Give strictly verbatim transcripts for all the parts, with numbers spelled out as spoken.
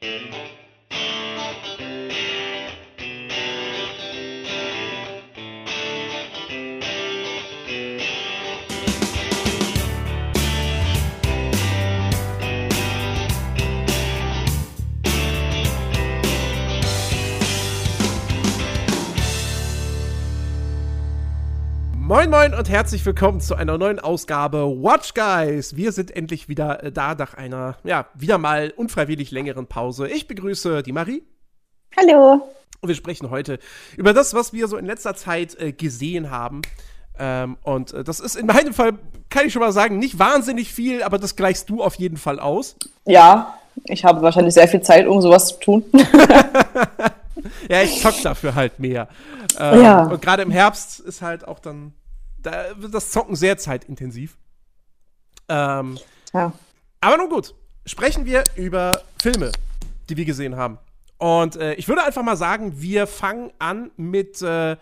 Moin Moin und herzlich willkommen zu einer neuen Ausgabe Watch Guys. Wir sind endlich wieder äh, da nach einer, ja, wieder mal unfreiwillig längeren Pause. Ich begrüße die Marie. Hallo. Und wir sprechen heute über das, was wir so in letzter Zeit äh, gesehen haben. Ähm, und äh, das ist in meinem Fall, kann ich schon mal sagen, nicht wahnsinnig viel, aber das gleichst du auf jeden Fall aus. Ja, ich habe wahrscheinlich sehr viel Zeit, um sowas zu tun. Ja, ich zock dafür halt mehr. Ähm, ja. Und gerade im Herbst ist halt auch dann, da wird das Zocken sehr zeitintensiv. Ähm, ja. Aber nun gut, sprechen wir über Filme, die wir gesehen haben. Und äh, ich würde einfach mal sagen, wir fangen an mit, äh,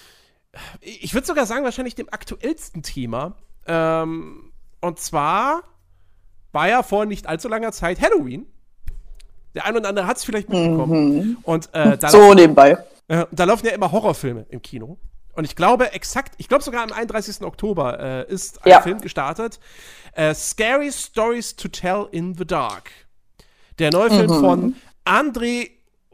ich würde sogar sagen, wahrscheinlich dem aktuellsten Thema. Ähm, und zwar war ja vor nicht allzu langer Zeit Halloween. Der ein oder andere hat es vielleicht mitbekommen. Mhm. Und, äh, da so laufen, nebenbei. Äh, da laufen ja immer Horrorfilme im Kino. Und ich glaube exakt, ich glaube sogar am einunddreißigsten Oktober äh, ist ein ja. Film gestartet. Äh, Scary Stories to Tell in the Dark. Der neue Film mhm. von André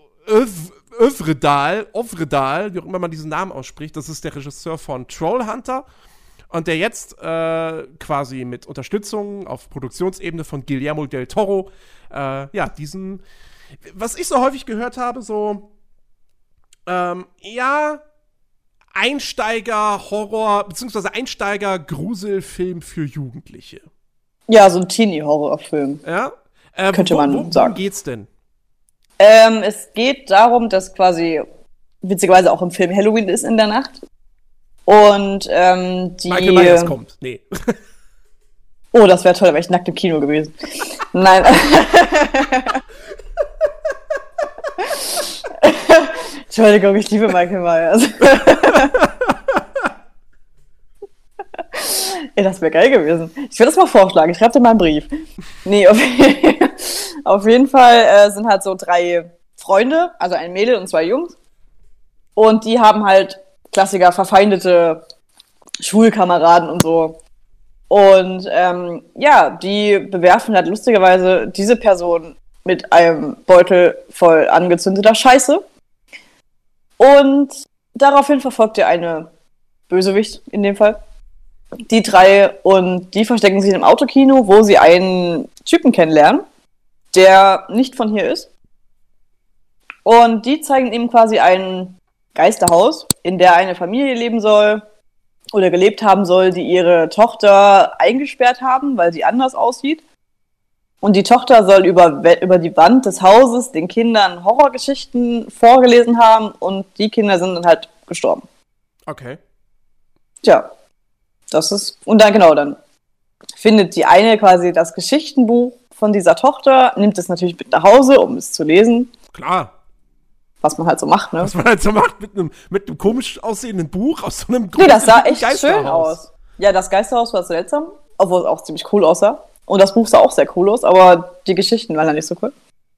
Øvredal, Øvredal, wie auch immer man diesen Namen ausspricht. Das ist der Regisseur von Trollhunter. Und der jetzt äh, quasi mit Unterstützung auf Produktionsebene von Guillermo del Toro, äh, ja, diesen, was ich so häufig gehört habe, so, ähm, ja, Einsteiger-Horror, beziehungsweise Einsteiger-Gruselfilm für Jugendliche. Ja, so ein Teenie-Horrorfilm. Ja? Äh, Könnte wo, man wo, worum sagen. geht's denn? Ähm, es geht darum, dass quasi, witzigerweise auch im Film Halloween ist in der Nacht. Und ähm, die... Michael Myers kommt. Nee. Oh, das wäre toll, da wäre ich nackt im Kino gewesen. Nein. Entschuldigung, ich liebe Michael Myers. Ey, das wäre geil gewesen. Ich würde das mal vorschlagen. Ich schreibe dir mal einen Brief. Nee, auf, auf jeden Fall äh, sind halt so drei Freunde, also ein Mädel und zwei Jungs. Und die haben halt Klassiker, verfeindete Schulkameraden und so. Und ähm, ja, die bewerfen halt lustigerweise diese Person mit einem Beutel voll angezündeter Scheiße. Und daraufhin verfolgt er eine Bösewicht in dem Fall. Die drei, und die verstecken sich im Autokino, wo sie einen Typen kennenlernen, der nicht von hier ist. Und die zeigen ihm quasi ein Geisterhaus, in der eine Familie leben soll oder gelebt haben soll, die ihre Tochter eingesperrt haben, weil sie anders aussieht. Und die Tochter soll über, über die Wand des Hauses den Kindern Horrorgeschichten vorgelesen haben und die Kinder sind dann halt gestorben. Okay. Tja, das ist, und dann genau, dann findet die eine quasi das Geschichtenbuch von dieser Tochter, nimmt es natürlich mit nach Hause, um es zu lesen. Klar. Was man halt so macht, ne? Was man halt so macht mit einem mit einem komisch aussehenden Buch aus so einem Nee, das sah echt Geisterhaus. schön aus. Ja, das Geisterhaus war seltsam, obwohl es auch ziemlich cool aussah. Und das Buch sah auch sehr cool aus, aber die Geschichten waren ja nicht so cool.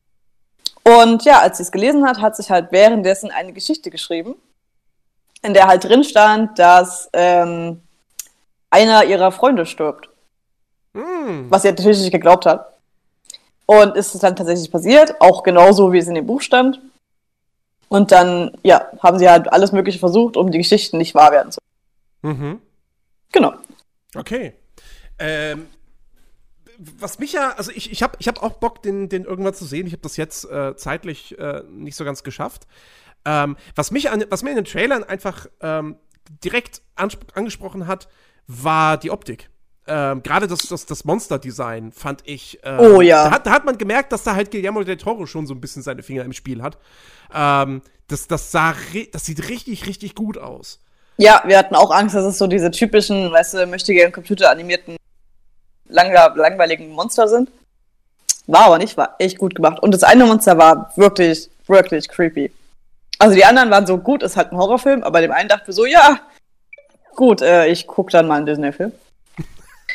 Und ja, als sie es gelesen hat, hat sich halt währenddessen eine Geschichte geschrieben, in der halt drin stand, dass ähm, einer ihrer Freunde stirbt. Mm. Was sie natürlich nicht geglaubt hat. Und ist es dann tatsächlich passiert, auch genauso, wie es in dem Buch stand. Und dann, ja, haben sie halt alles Mögliche versucht, um die Geschichten nicht wahr werden zu lassen. Mhm. Genau. Okay. Ähm, was mich ja, also ich, ich habe ich hab auch Bock, den, den irgendwann zu sehen. Ich habe das jetzt äh, zeitlich äh, nicht so ganz geschafft. Ähm, was, mich an, was mir in den Trailern einfach ähm, direkt ansp- angesprochen hat, war die Optik. Ähm, Gerade das, das, das Monster-Design fand ich. Äh, oh ja. Da hat, da hat man gemerkt, dass da halt Guillermo del Toro schon so ein bisschen seine Finger im Spiel hat. Ähm, das, das, sah ri- das sieht richtig, richtig gut aus. Ja, wir hatten auch Angst, dass es so diese typischen, weißt du, möchte gerne computeranimierten, lang- langweiligen Monster sind. War aber nicht, war echt gut gemacht. Und das eine Monster war wirklich, wirklich creepy. Also die anderen waren so, gut, ist halt ein Horrorfilm, aber dem einen dachten wir so, ja, gut, äh, ich guck dann mal einen Disney-Film.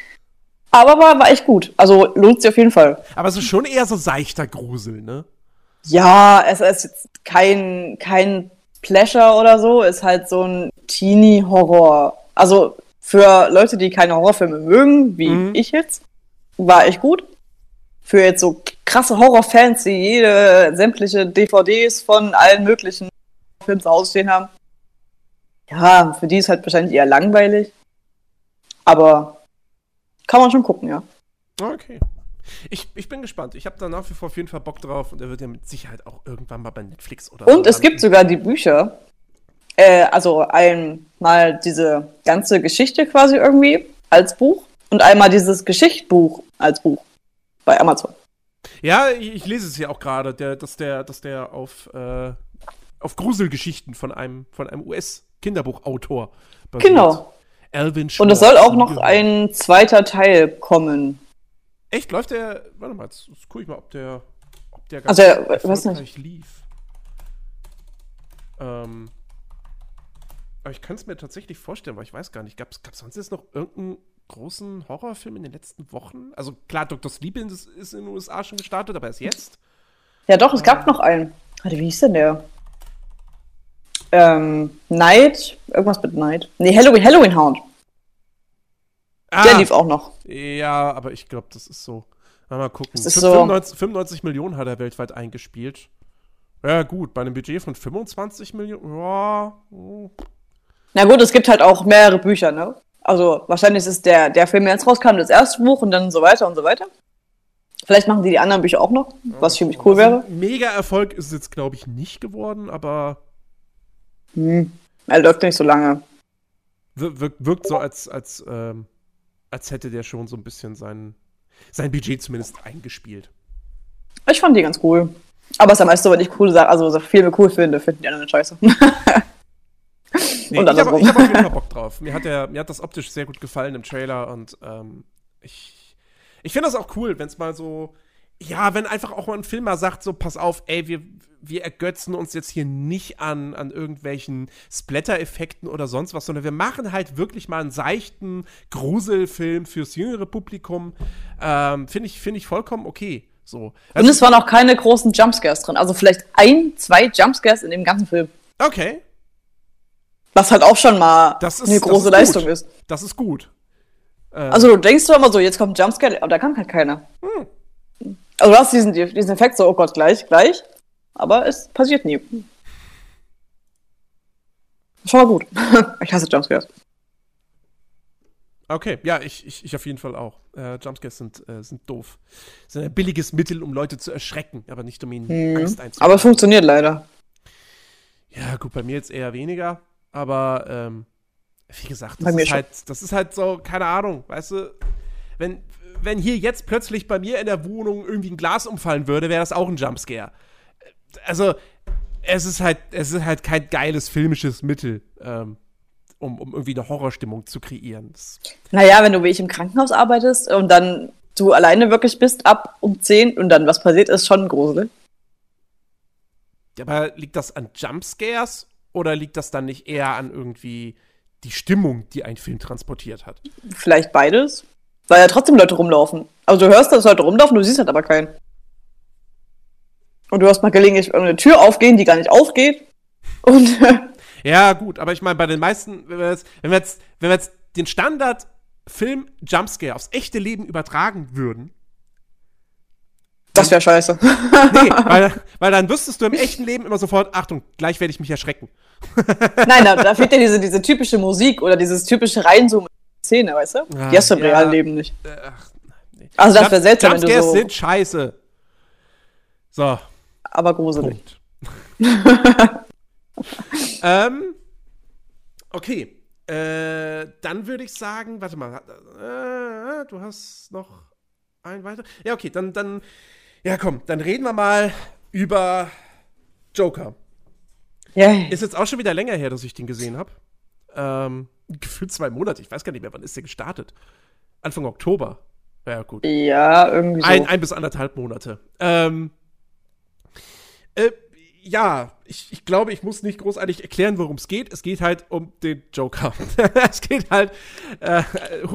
Aber war, war echt gut. Also lohnt sich auf jeden Fall. Aber es ist schon eher so seichter Grusel, ne? Ja, es ist jetzt kein, kein Pleasure oder so, ist halt so ein Teenie-Horror. Also für Leute, die keine Horrorfilme mögen, wie Mhm. ich jetzt, war echt gut. Für jetzt so krasse Horrorfans, die jede sämtliche D V Ds von allen möglichen Filmen zu Hause stehen haben. Ja, für die ist halt wahrscheinlich eher langweilig. Aber kann man schon gucken, ja. Okay. Ich, ich bin gespannt. Ich habe da nach wie vor auf jeden Fall Bock drauf und er wird ja mit Sicherheit auch irgendwann mal bei Netflix oder so Und es landen. gibt sogar die Bücher. Äh, also einmal diese ganze Geschichte quasi irgendwie als Buch und einmal dieses Geschichtbuch als Buch bei Amazon. Ja, ich, ich lese es hier auch gerade, der, dass der, dass der auf, äh, auf Gruselgeschichten von einem, von einem U S-Kinderbuchautor basiert. Genau. Alvin Schwartz. Und es soll auch noch ein zweiter Teil kommen. Echt, läuft der, warte mal, jetzt, jetzt gucke ich mal, ob der, ob der Also, äh, weiß nicht. erfolgreich lief. Ähm, aber ich kann es mir tatsächlich vorstellen, weil ich weiß gar nicht, gab es sonst jetzt noch irgendeinen großen Horrorfilm in den letzten Wochen? Also klar, Doktor Sleep ist, ist in den U S A schon gestartet, aber erst jetzt. Ja doch, es gab noch einen. Warte, wie hieß denn der? Ähm, Night, irgendwas mit Night. Nee, Halloween, Halloween Hound. Ah, Der lief auch noch. ja, aber ich glaube, das ist so. Mal gucken. Das ist Fün- so- fünfundneunzig, fünfundneunzig Millionen hat er weltweit eingespielt. Ja, gut, bei einem Budget von fünfundzwanzig Millionen. Ja. hm. Na gut, es gibt halt auch mehrere Bücher, ne? Also wahrscheinlich ist der, der Film, der jetzt rauskam, das erste Buch und dann so weiter und so weiter. Vielleicht machen die die anderen Bücher auch noch, was ziemlich cool wäre. Also, Mega-Erfolg ist es jetzt, glaube ich, nicht geworden, aber Hm. Er läuft nicht so lange. wir- wirkt, wirkt so, als, als, ähm, als hätte der schon so ein bisschen sein, sein Budget zumindest eingespielt. Ich fand die ganz cool. Aber es ist am meisten, wenn ich coole Sachen, also so Filme cool finde, finden die anderen scheiße. Nee, Und ich habe andersrum. ich hab auf jeden Fall Bock drauf. Mir hat, der, mir hat das optisch sehr gut gefallen im Trailer und ähm, ich, ich finde das auch cool, wenn es mal so, ja, wenn einfach auch mal ein Film mal sagt, so, pass auf, ey, wir, wir ergötzen uns jetzt hier nicht an, an irgendwelchen Splatter-Effekten oder sonst was, sondern wir machen halt wirklich mal einen seichten Gruselfilm fürs jüngere Publikum. Ähm, finde ich, finde ich vollkommen okay. So. Und es waren auch keine großen Jumpscares drin. Also vielleicht ein, zwei Jumpscares in dem ganzen Film. Okay, Was halt auch schon mal das ist eine das große ist Leistung gut. ist. Das ist gut. Ähm, Also du denkst doch immer so, jetzt kommt ein Jumpscare, aber da kam halt keiner. Hm. Also du hast diesen, diesen Effekt so, oh Gott, gleich, gleich. Aber es passiert nie. Schon mal gut. Ich hasse Jumpscares. Okay, ja, ich, ich, ich auf jeden Fall auch. Äh, Jumpscares sind, äh, sind doof. Sind ein billiges Mittel, um Leute zu erschrecken, aber nicht um ihnen Angst einzubauen. Aber es funktioniert leider. Ja, gut, bei mir jetzt eher weniger, aber ähm, wie gesagt, Bei das mir ist schon. halt, das ist halt so, keine Ahnung, weißt du, wenn, wenn hier jetzt plötzlich bei mir in der Wohnung irgendwie ein Glas umfallen würde, wäre das auch ein Jumpscare. Also, es ist halt, es ist halt kein geiles filmisches Mittel, ähm, um, um irgendwie eine Horrorstimmung zu kreieren. Das, Naja, wenn du wie ich im Krankenhaus arbeitest und dann du alleine wirklich bist ab um zehn und dann was passiert, ist schon gruselig. aber liegt das an Jumpscares oder liegt das dann nicht eher an irgendwie die Stimmung, die ein Film transportiert hat? Vielleicht beides. Weil ja trotzdem Leute rumlaufen. Also du hörst, dass Leute rumlaufen, du siehst halt aber keinen. Und du hast mal gelegentlich irgendeine Tür aufgehen, die gar nicht aufgeht. Und Ja, gut, aber ich meine, bei den meisten, wenn wir jetzt, wenn wir jetzt, wenn wir jetzt den Standard-Film Jumpscare aufs echte Leben übertragen würden, das wäre scheiße. nee, weil, weil dann wüsstest du im echten Leben immer sofort, Achtung, gleich werde ich mich erschrecken. Nein, da, da fehlt ja diese, diese typische Musik oder dieses typische Reinzoomen in die Szene, weißt du? Ja, die hast du im ja. realen Leben nicht. Äh, Ach, nee. Also das Jump- wäre seltsam, wenn du Jumpscares so... sind scheiße. So, Aber gruselig. Punkt. ähm, okay. Äh, dann würde ich sagen, warte mal, äh, du hast noch ein weiter. Ja, okay, dann, dann, ja komm, dann reden wir mal über Joker. Ja, Ist jetzt auch schon wieder länger her, dass ich den gesehen habe. Ähm, gefühlt zwei Monate, ich weiß gar nicht mehr, wann ist der gestartet? Anfang Oktober. Ja, gut. ja irgendwie so. Ein, ein bis anderthalb Monate. Ähm, äh, ja, ich, ich glaube, ich muss nicht großartig erklären, worum es geht. Es geht halt um den Joker. Es geht halt, äh,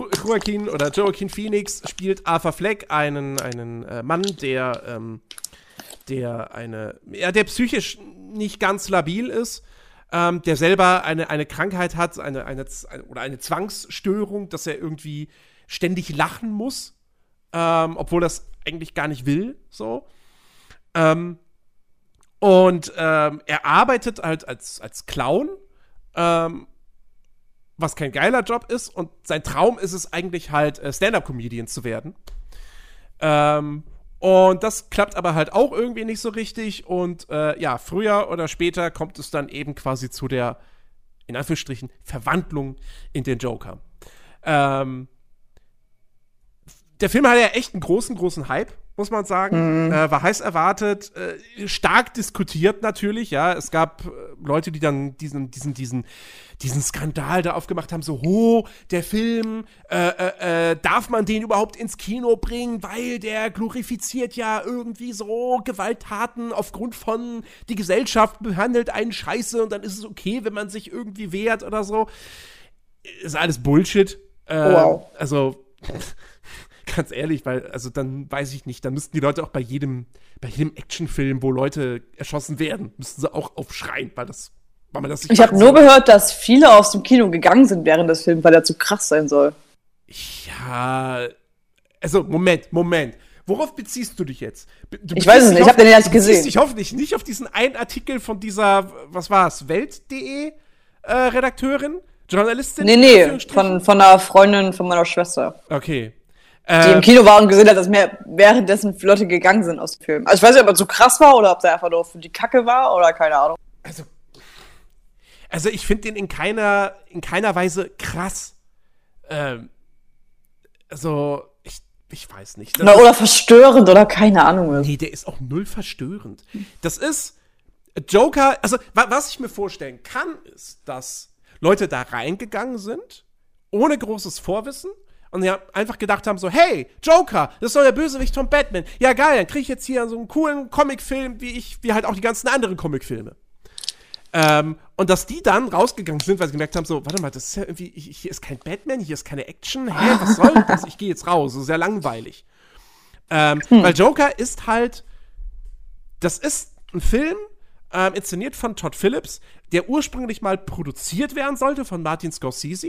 Joaquin oder Joaquin Phoenix spielt Arthur Fleck, einen, einen äh, Mann, der ähm, der eine, ja, der psychisch nicht ganz labil ist, ähm, der selber eine, eine Krankheit hat, eine, eine, oder eine Zwangsstörung, dass er irgendwie ständig lachen muss, ähm, obwohl das eigentlich gar nicht will, so. Ähm, und ähm, er arbeitet halt als, als Clown, ähm, was kein geiler Job ist, und sein Traum ist es eigentlich halt, äh, Stand-Up-Comedian zu werden. Ähm, und das klappt aber halt auch irgendwie nicht so richtig, und äh, ja, früher oder später kommt es dann eben quasi zu der, in Anführungsstrichen, Verwandlung in den Joker. Ähm, der Film hatte ja echt einen großen, großen Hype, muss man sagen. Mhm. Äh, war heiß erwartet, äh, stark diskutiert natürlich, ja. Es gab äh, Leute, die dann diesen, diesen, diesen, diesen Skandal da aufgemacht haben, so, oh, der Film, äh, äh, äh, darf man den überhaupt ins Kino bringen, weil der glorifiziert ja irgendwie so Gewalttaten aufgrund von, die Gesellschaft behandelt einen Scheiße und dann ist es okay, wenn man sich irgendwie wehrt oder so. Ist alles Bullshit. Äh, wow. Also ganz ehrlich, weil, also dann weiß ich nicht, dann müssten die Leute auch bei jedem, bei jedem Actionfilm, wo Leute erschossen werden, müssten sie auch aufschreien, weil das, weil man das nicht. Ich habe nur gehört, dass viele aus dem Kino gegangen sind während des Films, weil er zu krass sein soll. Ja, also Moment, Moment. Worauf beziehst du dich jetzt? Du ich weiß es nicht, ich habe den ja nicht gesehen. Du beziehst dich hoffentlich nicht auf diesen einen Artikel von dieser, was war es, Welt.de äh, Redakteurin, Journalistin? Nee, nee, von, von einer Freundin von meiner Schwester. Okay. Die äh, im Kino war und gesehen hat, dass mehr währenddessen Leute gegangen sind aus dem Film. Also ich weiß nicht, ob er zu krass war oder ob der einfach nur für die Kacke war oder keine Ahnung. Also, also ich finde den in keiner, in keiner Weise krass. Ähm, also, ich, ich weiß nicht. Na, oder verstörend oder keine Ahnung. Nee, der ist auch null verstörend. Das ist Joker, also was ich mir vorstellen kann, ist, dass Leute da reingegangen sind, ohne großes Vorwissen, und ja einfach gedacht haben so, hey, Joker, das ist doch der Bösewicht von Batman. Ja, geil, dann kriege ich jetzt hier so einen coolen Comicfilm, wie ich, wie halt auch die ganzen anderen Comicfilme. Ähm, und dass die dann rausgegangen sind, weil sie gemerkt haben so, warte mal, das ist ja irgendwie, hier ist kein Batman, hier ist keine Action, hä, was soll das? Ich gehe jetzt raus, das ist ja langweilig. Ähm, hm. Weil Joker ist halt, das ist ein Film, ähm, inszeniert von Todd Phillips, der ursprünglich mal produziert werden sollte von Martin Scorsese.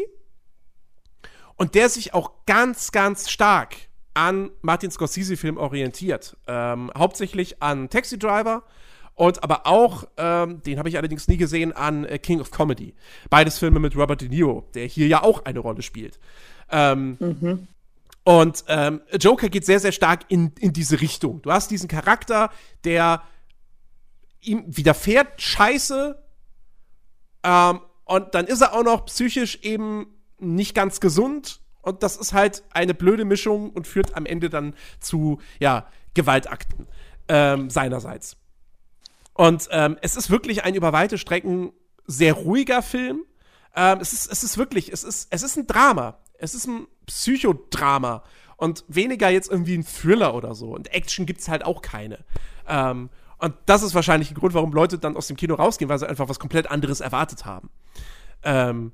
Und der sich auch ganz, ganz stark an Martin Scorsese-Filmen orientiert. Ähm, hauptsächlich an Taxi Driver und aber auch, ähm, den habe ich allerdings nie gesehen, an äh, King of Comedy. Beides Filme mit Robert De Niro, der hier ja auch eine Rolle spielt. Ähm, mhm. Und ähm, Joker geht sehr, sehr stark in, in diese Richtung. Du hast diesen Charakter, der ihm widerfährt Scheiße, ähm, und dann ist er auch noch psychisch eben nicht ganz gesund, und das ist halt eine blöde Mischung und führt am Ende dann zu, ja, Gewaltakten ähm, seinerseits. Und ähm, es ist wirklich ein über weite Strecken sehr ruhiger Film. Ähm, es ist, es ist wirklich, es ist, es ist ein Drama. Es ist ein Psychodrama und weniger jetzt irgendwie ein Thriller oder so. Und Action gibt's halt auch keine. Ähm, und das ist wahrscheinlich ein Grund, warum Leute dann aus dem Kino rausgehen, weil sie einfach was komplett anderes erwartet haben. Ähm,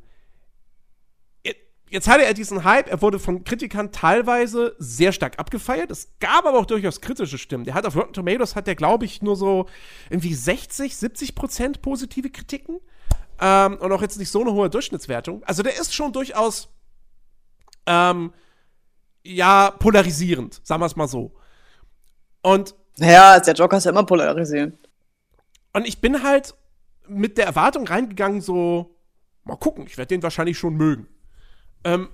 Jetzt hatte er diesen Hype, er wurde von Kritikern teilweise sehr stark abgefeiert. Es gab aber auch durchaus kritische Stimmen. Der hat auf Rotten Tomatoes, hat der, glaube ich, nur so irgendwie sechzig, siebzig Prozent positive Kritiken. Ähm, und auch jetzt nicht so eine hohe Durchschnittswertung. Also der ist schon durchaus, ähm, ja, polarisierend, sagen wir es mal so. Und ja, der Joker ist ja immer polarisierend. Und ich bin halt mit der Erwartung reingegangen, so, mal gucken, ich werde den wahrscheinlich schon mögen. Ähm,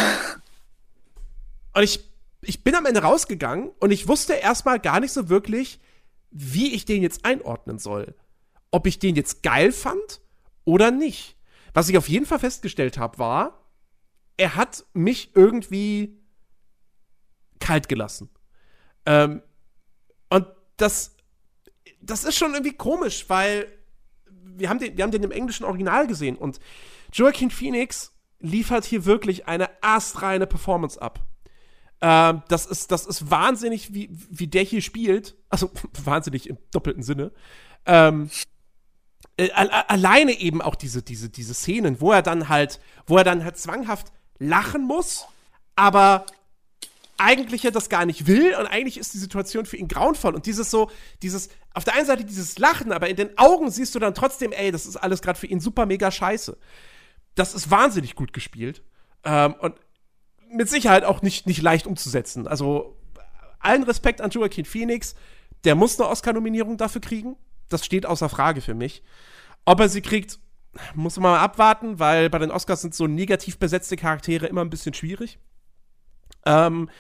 und ich, ich bin am Ende rausgegangen und ich wusste erstmal gar nicht so wirklich, wie ich den jetzt einordnen soll. Ob ich den jetzt geil fand oder nicht. Was ich auf jeden Fall festgestellt habe, war, er hat mich irgendwie kalt gelassen. Ähm, und das, das ist schon irgendwie komisch, weil wir haben den, wir haben den im englischen Original gesehen und Joaquin Phoenix liefert hier wirklich eine astreine Performance ab. Ähm, das ist, das ist wahnsinnig, wie, wie der hier spielt. Also wahnsinnig im doppelten Sinne. Ähm, äh, alleine eben auch diese, diese, diese Szenen, wo er dann halt, wo er dann halt zwanghaft lachen muss, aber eigentlich ja das gar nicht will und eigentlich ist die Situation für ihn grauenvoll und dieses so, dieses, auf der einen Seite dieses Lachen, aber in den Augen siehst du dann trotzdem, ey, das ist alles gerade für ihn super mega scheiße. Das ist wahnsinnig gut gespielt ähm, und mit Sicherheit auch nicht, nicht leicht umzusetzen. Also allen Respekt an Joaquin Phoenix, der muss eine Oscar-Nominierung dafür kriegen. Das steht außer Frage für mich. Ob er sie kriegt, muss man mal abwarten, weil bei den Oscars sind so negativ besetzte Charaktere immer ein bisschen schwierig. Ähm,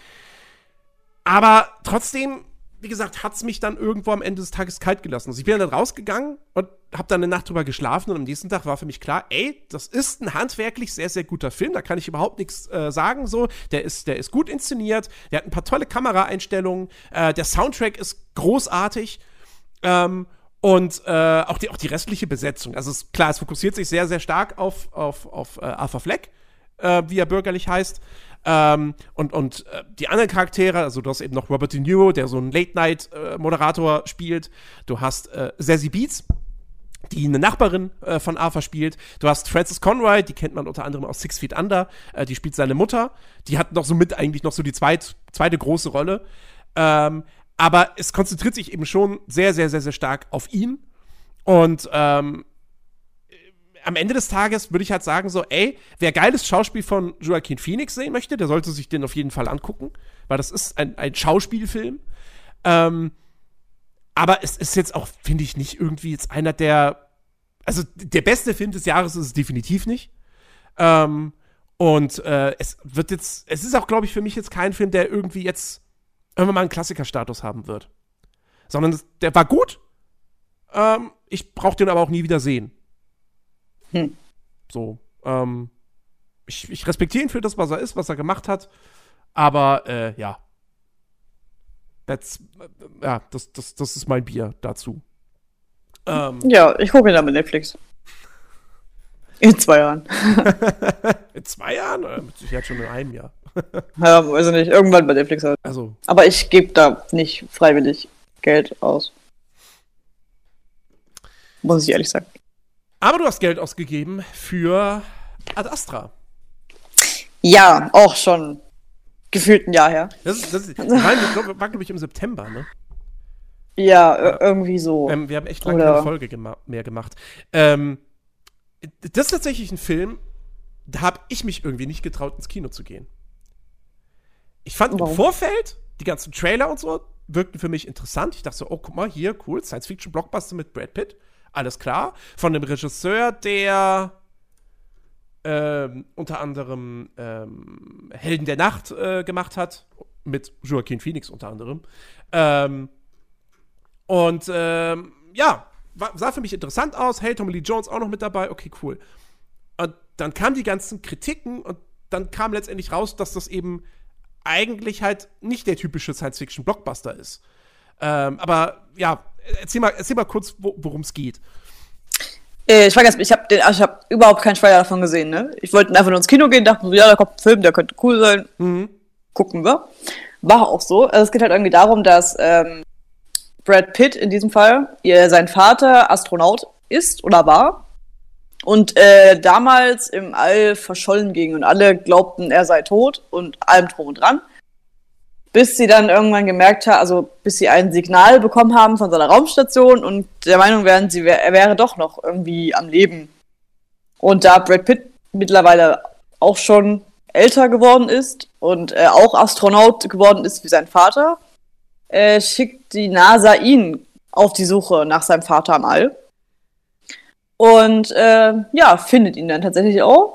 aber trotzdem, wie gesagt, hat es mich dann irgendwo am Ende des Tages kalt gelassen. Also ich bin dann rausgegangen und habe dann eine Nacht drüber geschlafen und am nächsten Tag war für mich klar, ey, das ist ein handwerklich sehr, sehr guter Film, da kann ich überhaupt nichts äh, sagen, so. Der ist, der ist gut inszeniert, der hat ein paar tolle Kameraeinstellungen, äh, der Soundtrack ist großartig, ähm, und äh, auch, die, auch die restliche Besetzung. Also es, klar, es fokussiert sich sehr, sehr stark auf, auf, auf äh, Arthur Fleck, äh, wie er bürgerlich heißt. Ähm, und und äh, die anderen Charaktere, also du hast eben noch Robert De Niro, der so einen Late-Night-Moderator äh, spielt. Du hast äh, Zazie Beetz, die eine Nachbarin äh, von Arthur spielt. Du hast Frances Conroy, die kennt man unter anderem aus Six Feet Under. Äh, die spielt seine Mutter. Die hat noch so mit eigentlich noch so die zweit, zweite große Rolle. Ähm, aber es konzentriert sich eben schon sehr, sehr, sehr, sehr stark auf ihn. Und ähm, am Ende des Tages würde ich halt sagen so, ey, wer geiles Schauspiel von Joaquin Phoenix sehen möchte, der sollte sich den auf jeden Fall angucken, weil das ist ein, ein Schauspielfilm. Ähm, aber es ist jetzt auch, finde ich, nicht irgendwie jetzt einer der, also der beste Film des Jahres ist es definitiv nicht. Ähm, und äh, es wird jetzt, es ist auch, glaube ich, für mich jetzt kein Film, der irgendwie jetzt irgendwann mal einen Klassikerstatus haben wird. Sondern das, der war gut, ähm, ich brauche den aber auch nie wieder sehen. Hm. So, ähm, ich, ich respektiere ihn für das, was er ist, was er gemacht hat, aber, äh, ja. That's, äh, ja, das, das, das ist mein Bier dazu. Ähm, ja, ich gucke ihn dann mit Netflix. In zwei Jahren. In zwei Jahren? Oder mit Sicherheit schon in einem Jahr. Ja, weiß ich nicht, irgendwann bei Netflix halt. Also. Aber ich gebe da nicht freiwillig Geld aus. Muss ich ehrlich sagen. Aber du hast Geld ausgegeben für Ad Astra. Ja, auch schon gefühlt ein Jahr her. Das, ist, das ist, war, glaube glaub ich, im September, ne? Ja, ja. irgendwie so. Ähm, wir haben echt lange keine Folge gema- mehr gemacht. Ähm, das ist tatsächlich ein Film, da habe ich mich irgendwie nicht getraut, ins Kino zu gehen. Ich fand Warum? Im Vorfeld, die ganzen Trailer und so, wirkten für mich interessant. Ich dachte so, oh, guck mal, hier, cool, Science-Fiction-Blockbuster mit Brad Pitt. Alles klar. Von dem Regisseur, der ähm, unter anderem ähm, Helden der Nacht äh, gemacht hat. Mit Joaquin Phoenix unter anderem. Ähm, und ähm, ja, war, sah für mich interessant aus. Hey, Tommy Lee Jones auch noch mit dabei. Okay, cool. Und dann kamen die ganzen Kritiken und dann kam letztendlich raus, dass das eben eigentlich halt nicht der typische Science-Fiction-Blockbuster ist. Ähm, aber ja, erzähl mal, erzähl mal kurz, wo, worum es geht. Äh, ich vergesse, ich habe also hab überhaupt keinen Trailer davon gesehen, ne? Ich wollte einfach nur ins Kino gehen, dachte, ja, da kommt ein Film, der könnte cool sein. Mhm. Gucken wir. War auch so. Also es geht halt irgendwie darum, dass ähm, Brad Pitt in diesem Fall, ihr, sein Vater Astronaut ist oder war und äh, damals im All verschollen ging und alle glaubten, er sei tot und allem drum und dran. Bis sie dann irgendwann gemerkt haben, also bis sie ein Signal bekommen haben von seiner Raumstation und der Meinung werden, sie wär, er wäre doch noch irgendwie am Leben. Und da Brad Pitt mittlerweile auch schon älter geworden ist und äh, auch Astronaut geworden ist wie sein Vater, äh, schickt die NASA ihn auf die Suche nach seinem Vater am All. Und äh, ja, findet ihn dann tatsächlich auch.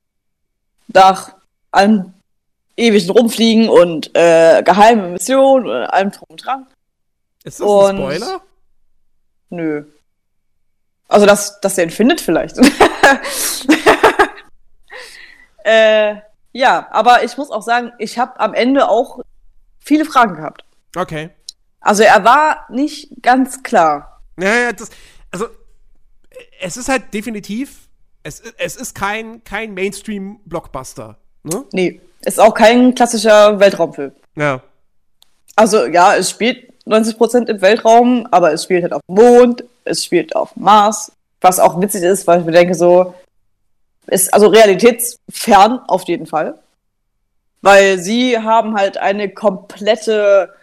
Nach einem ewigen Rumfliegen und äh, geheime Missionen und allem drum und dran. Ist das und, ein Spoiler? Nö. Also, dass, dass er ihn findet vielleicht. äh, ja, aber ich muss auch sagen, ich habe am Ende auch viele Fragen gehabt. Okay. Also, er war nicht ganz klar. Ja, ja, das, also, es ist halt definitiv, es, es ist kein, kein Mainstream-Blockbuster, ne? Nee. Ist auch kein klassischer Weltraumfilm. Ja. Also, ja, es spielt neunzig Prozent im Weltraum, aber es spielt halt auf dem Mond, es spielt auf dem Mars, was auch witzig ist, weil ich mir denke, so, ist also realitätsfern auf jeden Fall. Weil sie haben halt eine komplette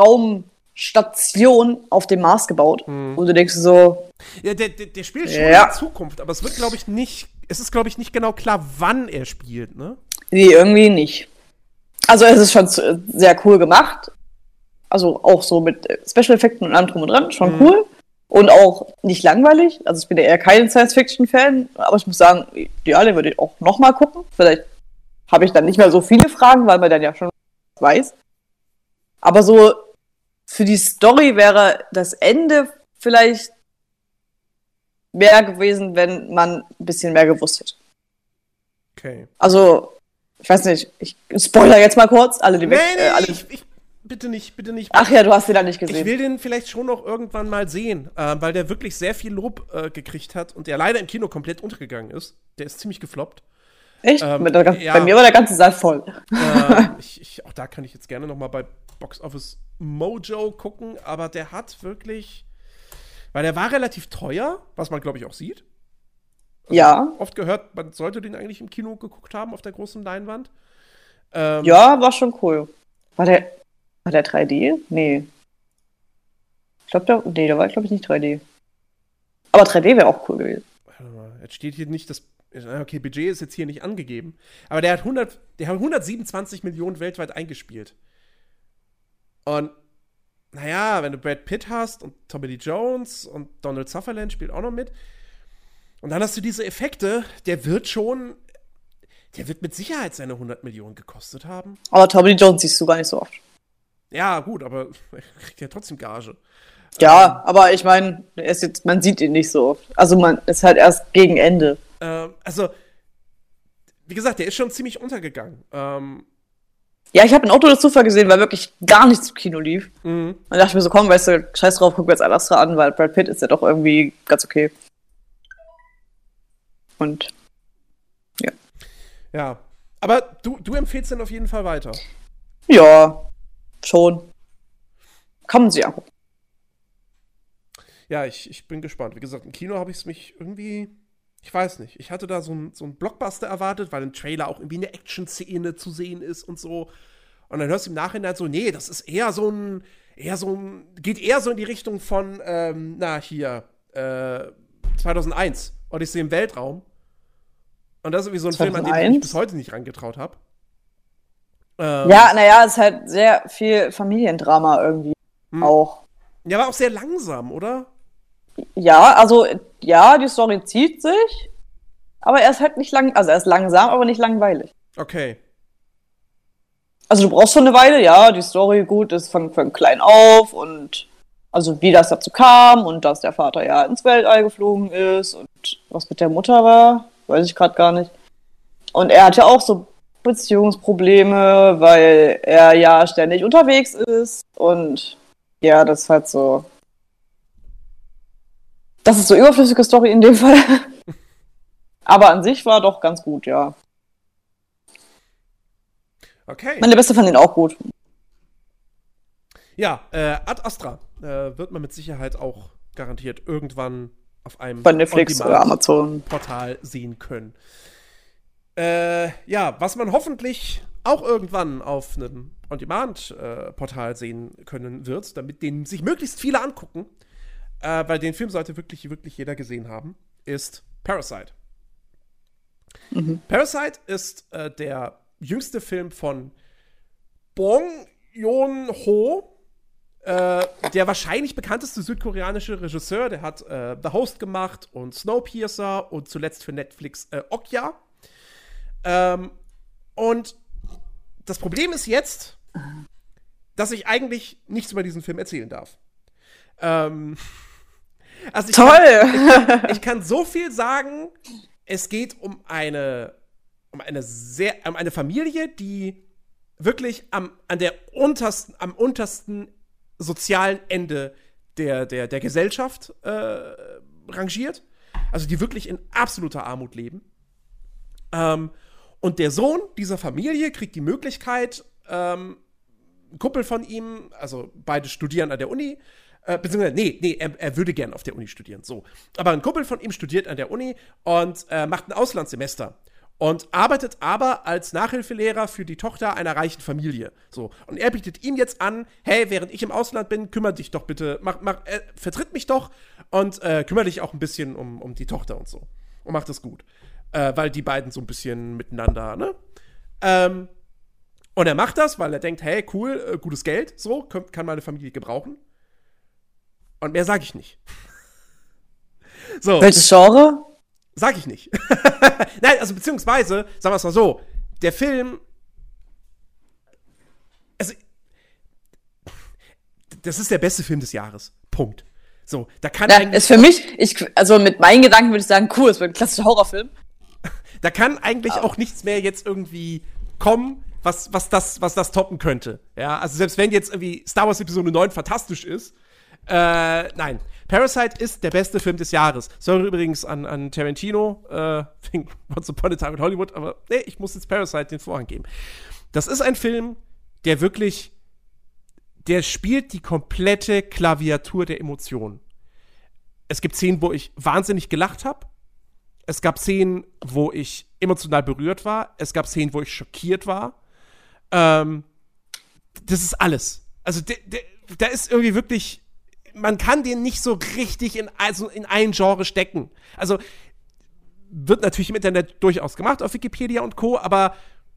Raumstation auf dem Mars gebaut. Mhm. Und du denkst so. Ja, der, der, der spielt schon ja. in Zukunft, aber es wird, glaube ich, nicht. Es ist, glaube ich, nicht genau klar, wann er spielt, ne? Nee, irgendwie nicht. Also, es ist schon sehr cool gemacht. Also, auch so mit Special-Effekten und allem drum und dran. Schon mhm. cool. Und auch nicht langweilig. Also, ich bin ja eher kein Science-Fiction-Fan. Aber ich muss sagen, ja, den würde ich auch nochmal gucken. Vielleicht habe ich dann nicht mehr so viele Fragen, weil man dann ja schon weiß. Aber so für die Story wäre das Ende vielleicht mehr gewesen, wenn man ein bisschen mehr gewusst hätte. Okay. Also, ich weiß nicht, ich spoiler jetzt mal kurz, alle die nee, weg. Nee, äh, alle ich, ich, bitte nicht, bitte nicht. Ach ja, du hast den da nicht gesehen. Ich will den vielleicht schon noch irgendwann mal sehen, äh, weil der wirklich sehr viel Lob äh, gekriegt hat und der leider im Kino komplett untergegangen ist. Der ist ziemlich gefloppt. Echt? Ähm, Mit der, ja. Bei mir war der ganze Saal voll. Äh, ich, ich, auch da kann ich jetzt gerne noch mal bei Box Office Mojo gucken, aber der hat wirklich, weil der war relativ teuer, was man, glaube ich, auch sieht. Also ja. Oft gehört, man sollte den eigentlich im Kino geguckt haben, auf der großen Leinwand. Ähm, ja, war schon cool. War der, war der drei D? Nee. Ich glaube, der, nee, der war, glaube ich, nicht drei D. Aber drei D wäre auch cool gewesen. Warte mal, jetzt steht hier nicht das, okay, Budget ist jetzt hier nicht angegeben, aber der hat, hundert, der hat hundertsiebenundzwanzig Millionen weltweit eingespielt. Und naja, wenn du Brad Pitt hast und Tommy Lee Jones und Donald Sutherland spielt auch noch mit, und dann hast du diese Effekte, der wird schon, der wird mit Sicherheit seine hundert Millionen gekostet haben. Aber Tommy Lee Jones siehst du gar nicht so oft. Ja, gut, aber er kriegt ja trotzdem Gage. Ja, ähm, aber ich meine, man sieht ihn nicht so oft. Also man ist halt erst gegen Ende. Ähm, also, wie gesagt, der ist schon ziemlich untergegangen. Ähm, ja, ich habe ein Auto des Zufall gesehen, weil wirklich gar nichts im Kino lief. Mhm. Dann dachte ich mir so, komm, weißt du, scheiß drauf, guck mir jetzt Al Astra an, weil Brad Pitt ist ja doch irgendwie ganz okay. Und, ja. Ja, aber du, du empfehlst den auf jeden Fall weiter. Ja, schon. Kann man sich angucken. Ja, ich, ich bin gespannt. Wie gesagt, im Kino habe ich es mich irgendwie, ich weiß nicht, ich hatte da so ein, so ein Blockbuster erwartet, weil im Trailer auch irgendwie eine Action-Szene zu sehen ist und so. Und dann hörst du im Nachhinein so, nee, das ist eher so ein, eher so ein, geht eher so in die Richtung von, ähm, na, hier, äh, zweitausendeins, Odyssee im Weltraum. Und das ist irgendwie so ein zweitausendeins? Film, an den ich mich bis heute nicht rangetraut habe. Ähm, ja, naja, es ist halt sehr viel Familiendrama irgendwie hm. auch. Ja, aber auch sehr langsam, oder? Ja, also, ja, die Story zieht sich, aber er ist halt nicht lang, also er ist langsam, aber nicht langweilig. Okay. Also du brauchst schon eine Weile, ja, die Story, gut, ist von, von klein auf und also wie das dazu kam und dass der Vater ja ins Weltall geflogen ist und was mit der Mutter war, weiß ich gerade gar nicht. Und er hatte auch so Beziehungsprobleme, weil er ja ständig unterwegs ist und ja, das ist halt so. Das ist so überflüssige Story in dem Fall. Aber an sich war doch ganz gut, ja. Okay. Meine Beste fand ihn auch gut. Ja, äh, Ad Astra äh, wird man mit Sicherheit auch garantiert irgendwann auf einem bei Netflix oder Amazon Portal sehen können. Äh, ja, was man hoffentlich auch irgendwann auf einem On-Demand-Portal äh, sehen können wird, damit den sich möglichst viele angucken, äh, weil den Film sollte wirklich, wirklich jeder gesehen haben, ist Parasite. Mhm. Parasite ist äh, der jüngste Film von Bong Joon-ho, äh, der wahrscheinlich bekannteste südkoreanische Regisseur. Der hat äh, The Host gemacht und Snowpiercer und zuletzt für Netflix äh, Okja. Ähm, und das Problem ist jetzt, dass ich eigentlich nichts über diesen Film erzählen darf. Ähm, also ich Toll! Kann, ich, ich kann so viel sagen. Es geht um eine, um eine sehr, um eine Familie, die wirklich am, an der untersten, am untersten sozialen Ende der, der, der Gesellschaft äh, rangiert. Also die wirklich in absoluter Armut leben. Ähm, und der Sohn dieser Familie kriegt die Möglichkeit, ähm, ein Kumpel von ihm, also beide studieren an der Uni, äh, beziehungsweise, nee, nee, er, er würde gerne auf der Uni studieren, so. Aber ein Kumpel von ihm studiert an der Uni und äh, macht ein Auslandssemester. und arbeitet aber als Nachhilfelehrer für die Tochter einer reichen Familie. So. Und er bietet ihm jetzt an, hey, während ich im Ausland bin, kümmere dich doch bitte, mach, mach, äh, vertritt mich doch und äh, kümmere dich auch ein bisschen um, um die Tochter und so. Und mach das gut. Äh, weil die beiden so ein bisschen miteinander, ne? Ähm, und er macht das, weil er denkt, hey, cool, äh, gutes Geld, so, kann, kann meine Familie gebrauchen. Und mehr sage ich nicht. So. Welches Genre? Sag ich nicht. Nein, also beziehungsweise, sagen wir es mal so, der Film, also, das ist der beste Film des Jahres. Punkt. So, da kann Ja, eigentlich, ist für mich, ich, also mit meinen Gedanken würde ich sagen, cool, es wird ein klassischer Horrorfilm. da kann eigentlich auch nichts mehr jetzt irgendwie kommen, was, was, das, was das toppen könnte. Ja, also selbst wenn jetzt irgendwie Star Wars Episode neun fantastisch ist, äh, nein. Parasite ist der beste Film des Jahres. Sorry übrigens an, an Tarantino, äh, wegen Once Upon a Time in Hollywood, aber nee, ich muss jetzt Parasite den Vorrang geben. Das ist ein Film, der wirklich, der spielt die komplette Klaviatur der Emotionen. Es gibt Szenen, wo ich wahnsinnig gelacht habe. Es gab Szenen, wo ich emotional berührt war. Es gab Szenen, wo ich schockiert war. Ähm, das ist alles. Also, da ist irgendwie wirklich, man kann den nicht so richtig in, also in ein Genre stecken. Also, wird natürlich im Internet durchaus gemacht, auf Wikipedia und Co., aber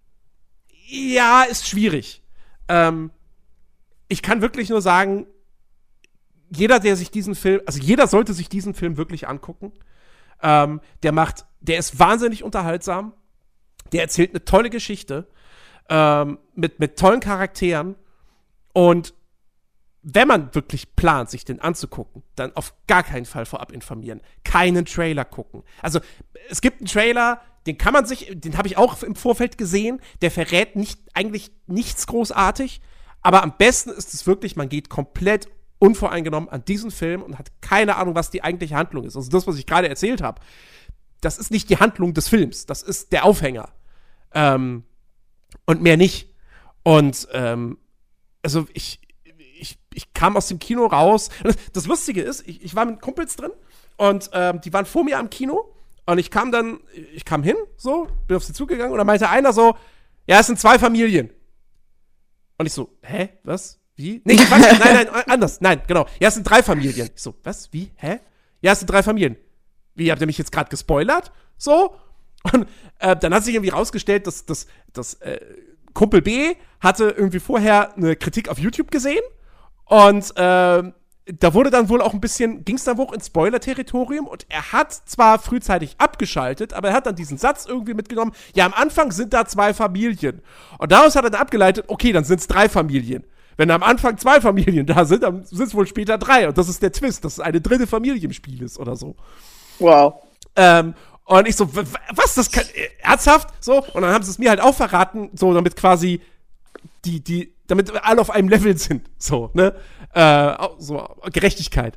ja, ist schwierig. Ähm, ich kann wirklich nur sagen, jeder, der sich diesen Film, also jeder sollte sich diesen Film wirklich angucken. Ähm, der macht, der ist wahnsinnig unterhaltsam. Der erzählt eine tolle Geschichte ähm, mit, mit tollen Charakteren. Und wenn man wirklich plant, sich den anzugucken, dann auf gar keinen Fall vorab informieren. Keinen Trailer gucken. Also, es gibt einen Trailer, den kann man sich, den habe ich auch im Vorfeld gesehen, der verrät nicht, eigentlich nichts großartig, aber am besten ist es wirklich, man geht komplett unvoreingenommen an diesen Film und hat keine Ahnung, was die eigentliche Handlung ist. Also das, was ich gerade erzählt habe, das ist nicht die Handlung des Films, das ist der Aufhänger. Ähm, und mehr nicht. Und, ähm, also ich, ich, ich kam aus dem Kino raus. Das, das Lustige ist, ich, ich war mit Kumpels drin und ähm, die waren vor mir am Kino und ich kam dann, ich kam hin, so, bin auf sie zugegangen und dann meinte einer so, ja, es sind zwei Familien. Und ich so, hä, was? Wie? Nee, Quatsch, nein, nein, anders, nein, genau. Ja, es sind drei Familien. Ich so, was, wie, hä? Ja, es sind drei Familien. Wie, habt ihr mich jetzt gerade gespoilert? So? Und äh, dann hat sich irgendwie rausgestellt, dass, dass, dass äh, Kumpel B hatte irgendwie vorher eine Kritik auf YouTube gesehen und äh, da wurde dann wohl auch ein bisschen, ging es dann wohl ins Spoiler-Territorium und er hat zwar frühzeitig abgeschaltet, aber er hat dann diesen Satz irgendwie mitgenommen, ja, am Anfang sind da zwei Familien. Und daraus hat er dann abgeleitet, okay, dann sind es drei Familien. Wenn am Anfang zwei Familien da sind, dann sind es wohl später drei. Und das ist der Twist, dass es eine dritte Familie im Spiel ist oder so. Wow. Ähm, und ich so, w- was, das kann, äh, ernsthaft? So, und dann haben sie es mir halt auch verraten, so, damit quasi die, die, damit alle auf einem Level sind, so, ne? Äh, so, Gerechtigkeit.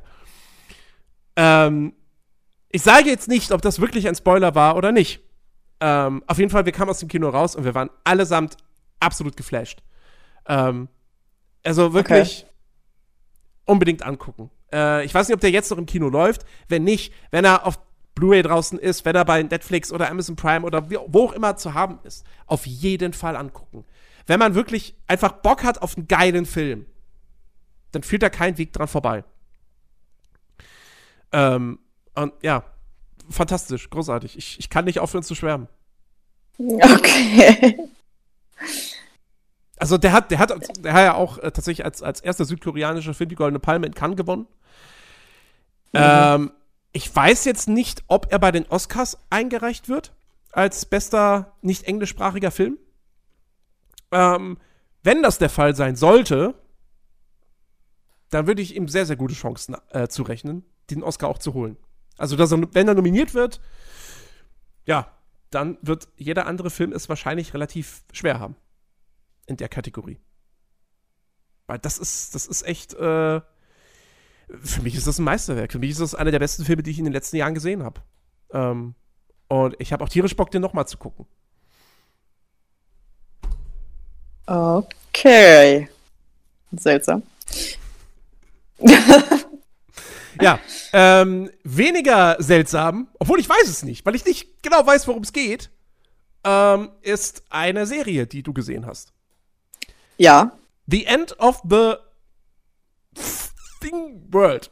Ähm, ich sage jetzt nicht, ob das wirklich ein Spoiler war oder nicht. Ähm, auf jeden Fall, wir kamen aus dem Kino raus und wir waren allesamt absolut geflasht. Ähm, also wirklich okay. Unbedingt angucken. Äh, ich weiß nicht, ob der jetzt noch im Kino läuft. Wenn nicht, wenn er auf Blu-ray draußen ist, wenn er bei Netflix oder Amazon Prime oder wo auch immer zu haben ist, auf jeden Fall angucken. Wenn man wirklich einfach Bock hat auf einen geilen Film, dann führt da kein Weg dran vorbei. Ähm, und ja, fantastisch, großartig. Ich, ich kann nicht aufhören zu schwärmen. Okay. Also der hat, der hat, der hat ja auch äh, tatsächlich als, als erster südkoreanischer Film die Goldene Palme in Cannes gewonnen. Mhm. Ähm, ich weiß jetzt nicht, ob er bei den Oscars eingereicht wird als bester nicht englischsprachiger Film. Ähm, wenn das der Fall sein sollte, dann würde ich ihm sehr, sehr gute Chancen äh, zurechnen, den Oscar auch zu holen. Also, dass er, wenn er nominiert wird, ja, dann wird jeder andere Film es wahrscheinlich relativ schwer haben. In der Kategorie. Weil das ist, das ist echt, äh, für mich ist das ein Meisterwerk. Für mich ist das einer der besten Filme, die ich in den letzten Jahren gesehen habe. Ähm, und ich habe auch tierisch Bock, den nochmal zu gucken. Okay. Seltsam. Ja, ähm, weniger seltsam, obwohl ich weiß es nicht, weil ich nicht genau weiß, worum es geht. ähm, ist eine Serie, die du gesehen hast. Ja. The End of the Thing World.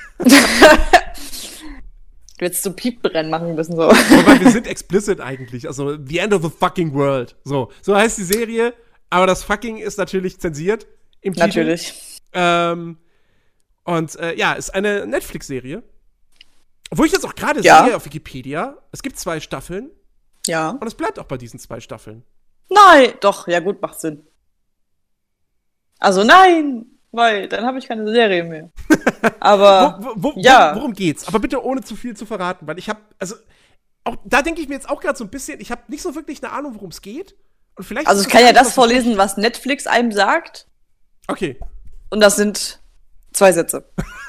Du hättest so Piepbrennen machen müssen, so. Wobei, wir sind explicit eigentlich. Also, The End of the fucking World. So, so heißt die Serie, aber das fucking ist natürlich zensiert im Titel. Natürlich. Ähm, und äh, ja, ist eine Netflix-Serie. Wo ich jetzt auch gerade Ja. sehe auf Wikipedia, es gibt zwei Staffeln Ja. und es bleibt auch bei diesen zwei Staffeln. Nein, doch, ja gut, macht Sinn. Also nein, weil dann habe ich keine Serie mehr. Aber Wo, wo, wo, ja. Worum geht's? Aber bitte ohne zu viel zu verraten, weil ich habe, also, auch da denke ich mir jetzt auch gerade so ein bisschen, ich habe nicht so wirklich eine Ahnung, worum es geht. Und vielleicht Also ist ich kann ja alles, das was vorlesen, was Netflix einem sagt. Okay. Und das sind zwei Sätze.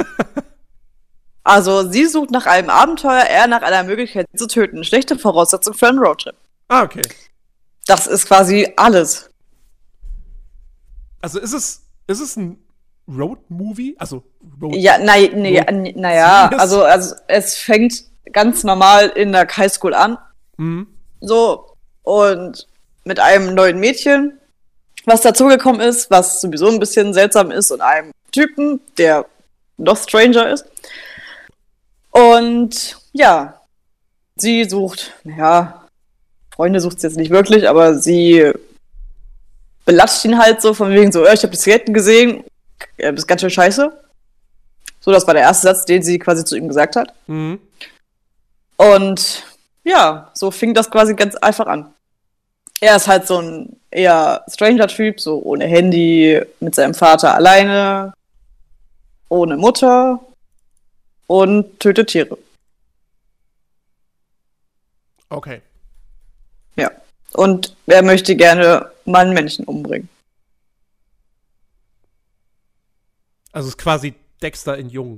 Also, sie sucht nach einem Abenteuer, er nach einer Möglichkeit, sie zu töten. Schlechte Voraussetzung für einen Roadtrip. Ah, okay. Das ist quasi alles. Also ist es, ist es ein Road-Movie? Also Road Ja, naja, nee, Road naja, Series? also, also es fängt ganz normal in der Highschool an. Mhm. So, und mit einem neuen Mädchen, was dazugekommen ist, was sowieso ein bisschen seltsam ist, und einem Typen, der noch Stranger ist. Und ja, sie sucht, naja, Freunde sucht sie jetzt nicht wirklich, aber sie belatscht ihn halt so, von wegen so, ich habe die Zigaretten gesehen, das ist ganz schön scheiße. So, das war der erste Satz, den sie quasi zu ihm gesagt hat. Mhm. Und ja, so fing das quasi ganz einfach an. Er ist halt so ein eher Stranger-Typ, so ohne Handy, mit seinem Vater alleine, ohne Mutter und tötet Tiere. Okay. Ja. Und er möchte gerne mal einen Menschen umbringen. Also es ist quasi Dexter in Jung.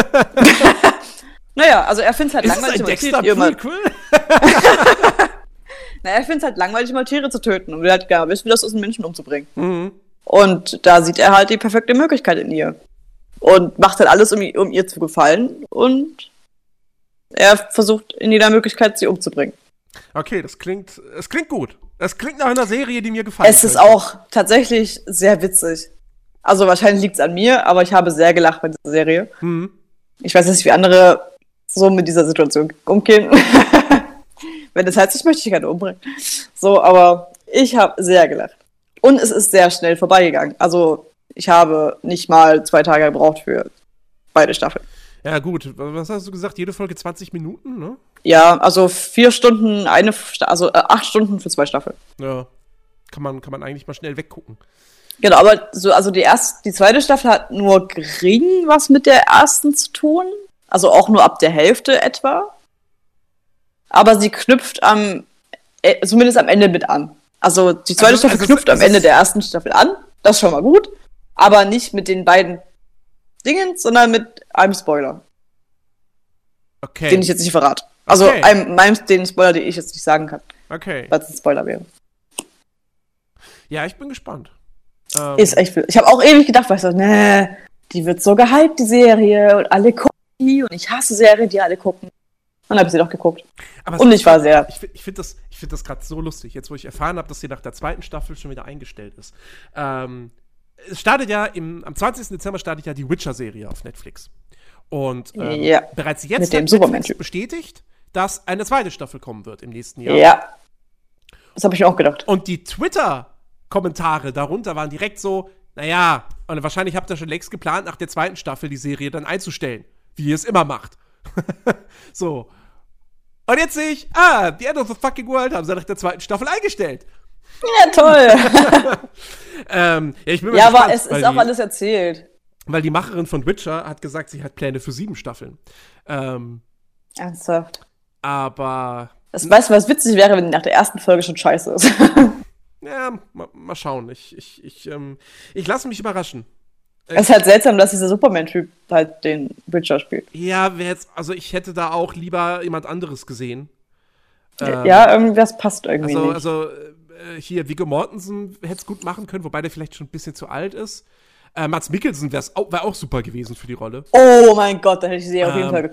Naja, also er findet halt Ist es langweilig, ein mal Tiere, Dexter-Prequel? naja, er findet halt langweilig, mal Tiere zu töten und will halt gerne wissen, wie das ist, einen Menschen umzubringen. Mhm. Und da sieht er halt die perfekte Möglichkeit in ihr. Und macht halt alles, um, um ihr zu gefallen. Und er versucht in jeder Möglichkeit, sie umzubringen. Okay, das klingt, es klingt gut. Es klingt nach einer Serie, die mir gefallen Es ist könnte. auch tatsächlich sehr witzig. Also wahrscheinlich liegt es an mir, aber ich habe sehr gelacht bei dieser Serie. Mhm. Ich weiß nicht, wie andere so mit dieser Situation umgehen. Wenn das heißt, ich möchte dich gerne umbringen. So, aber ich habe sehr gelacht. Und es ist sehr schnell vorbeigegangen. Also ich habe nicht mal zwei Tage gebraucht für beide Staffeln. Ja gut, was hast du gesagt? Jede Folge zwanzig Minuten, ne? Ja, also vier Stunden, eine, Sta- also äh, acht Stunden für zwei Staffeln. Ja. Kann man, kann man eigentlich mal schnell weggucken. Genau, aber so, also die erste, die zweite Staffel hat nur gering was mit der ersten zu tun. Also auch nur ab der Hälfte etwa. Aber sie knüpft am, äh, zumindest am Ende mit an. Also die zweite Also- Staffel also es- knüpft am es Ende ist- der ersten Staffel an. Das ist schon mal gut. Aber nicht mit den beiden Dingen, sondern mit einem Spoiler, Okay. den ich jetzt nicht verrate. Also Okay. einem, meinem, den Spoiler, den ich jetzt nicht sagen kann, Okay. weil es ein Spoiler wäre. Ja, ich bin gespannt. Ähm, Ist echt viel. Ich habe auch ewig gedacht, weil ich so, nee, die wird so gehypt, die Serie, und alle gucken die, und ich hasse Serien, die alle gucken. Und dann habe ich sie doch geguckt. aber Und es- ich war sehr. Ich, find- ich finde das, ich find das gerade so lustig, jetzt wo ich erfahren habe, dass sie nach der zweiten Staffel schon wieder eingestellt ist. Ähm, es startet ja, im, am zwanzigsten Dezember startet ja die Witcher-Serie auf Netflix. Und ähm, Ja, bereits jetzt mit dem hat Superman-Typ. Netflix bestätigt, dass eine zweite Staffel kommen wird im nächsten Jahr. Ja. Das habe ich mir auch gedacht. Und die Twitter-Kommentare darunter waren direkt so, naja, und wahrscheinlich habt ihr schon längst geplant, nach der zweiten Staffel die Serie dann einzustellen, wie ihr es immer macht. So. Und jetzt sehe ich, ah, The End of the Fucking World haben sie nach der zweiten Staffel eingestellt. Ja, toll. Ähm, ja, ich bin mal ja, gespannt, aber es weil ist auch die, alles erzählt. weil die Macherin von Witcher hat gesagt, sie hat Pläne für sieben Staffeln. Ähm, Ernsthaft. aber, Das, weißt du, was witzig wäre, wenn die nach der ersten Folge schon scheiße ist? ja, mal, mal schauen. Ich, ich, ich, ähm, ich lasse mich überraschen. Es ist halt seltsam, dass dieser Superman-Typ halt den Witcher spielt. Ja, wär jetzt, also ich hätte da auch lieber jemand anderes gesehen. Ähm, ja, irgendwas passt irgendwie Also, nicht. also äh, hier, Viggo Mortensen hätte es gut machen können, wobei der vielleicht schon ein bisschen zu alt ist. Äh, Mads Mikkelsen wäre auch, wär auch super gewesen für die Rolle. Oh mein Gott, da hätte ich sie auf jeden Ähm, Fall geguckt.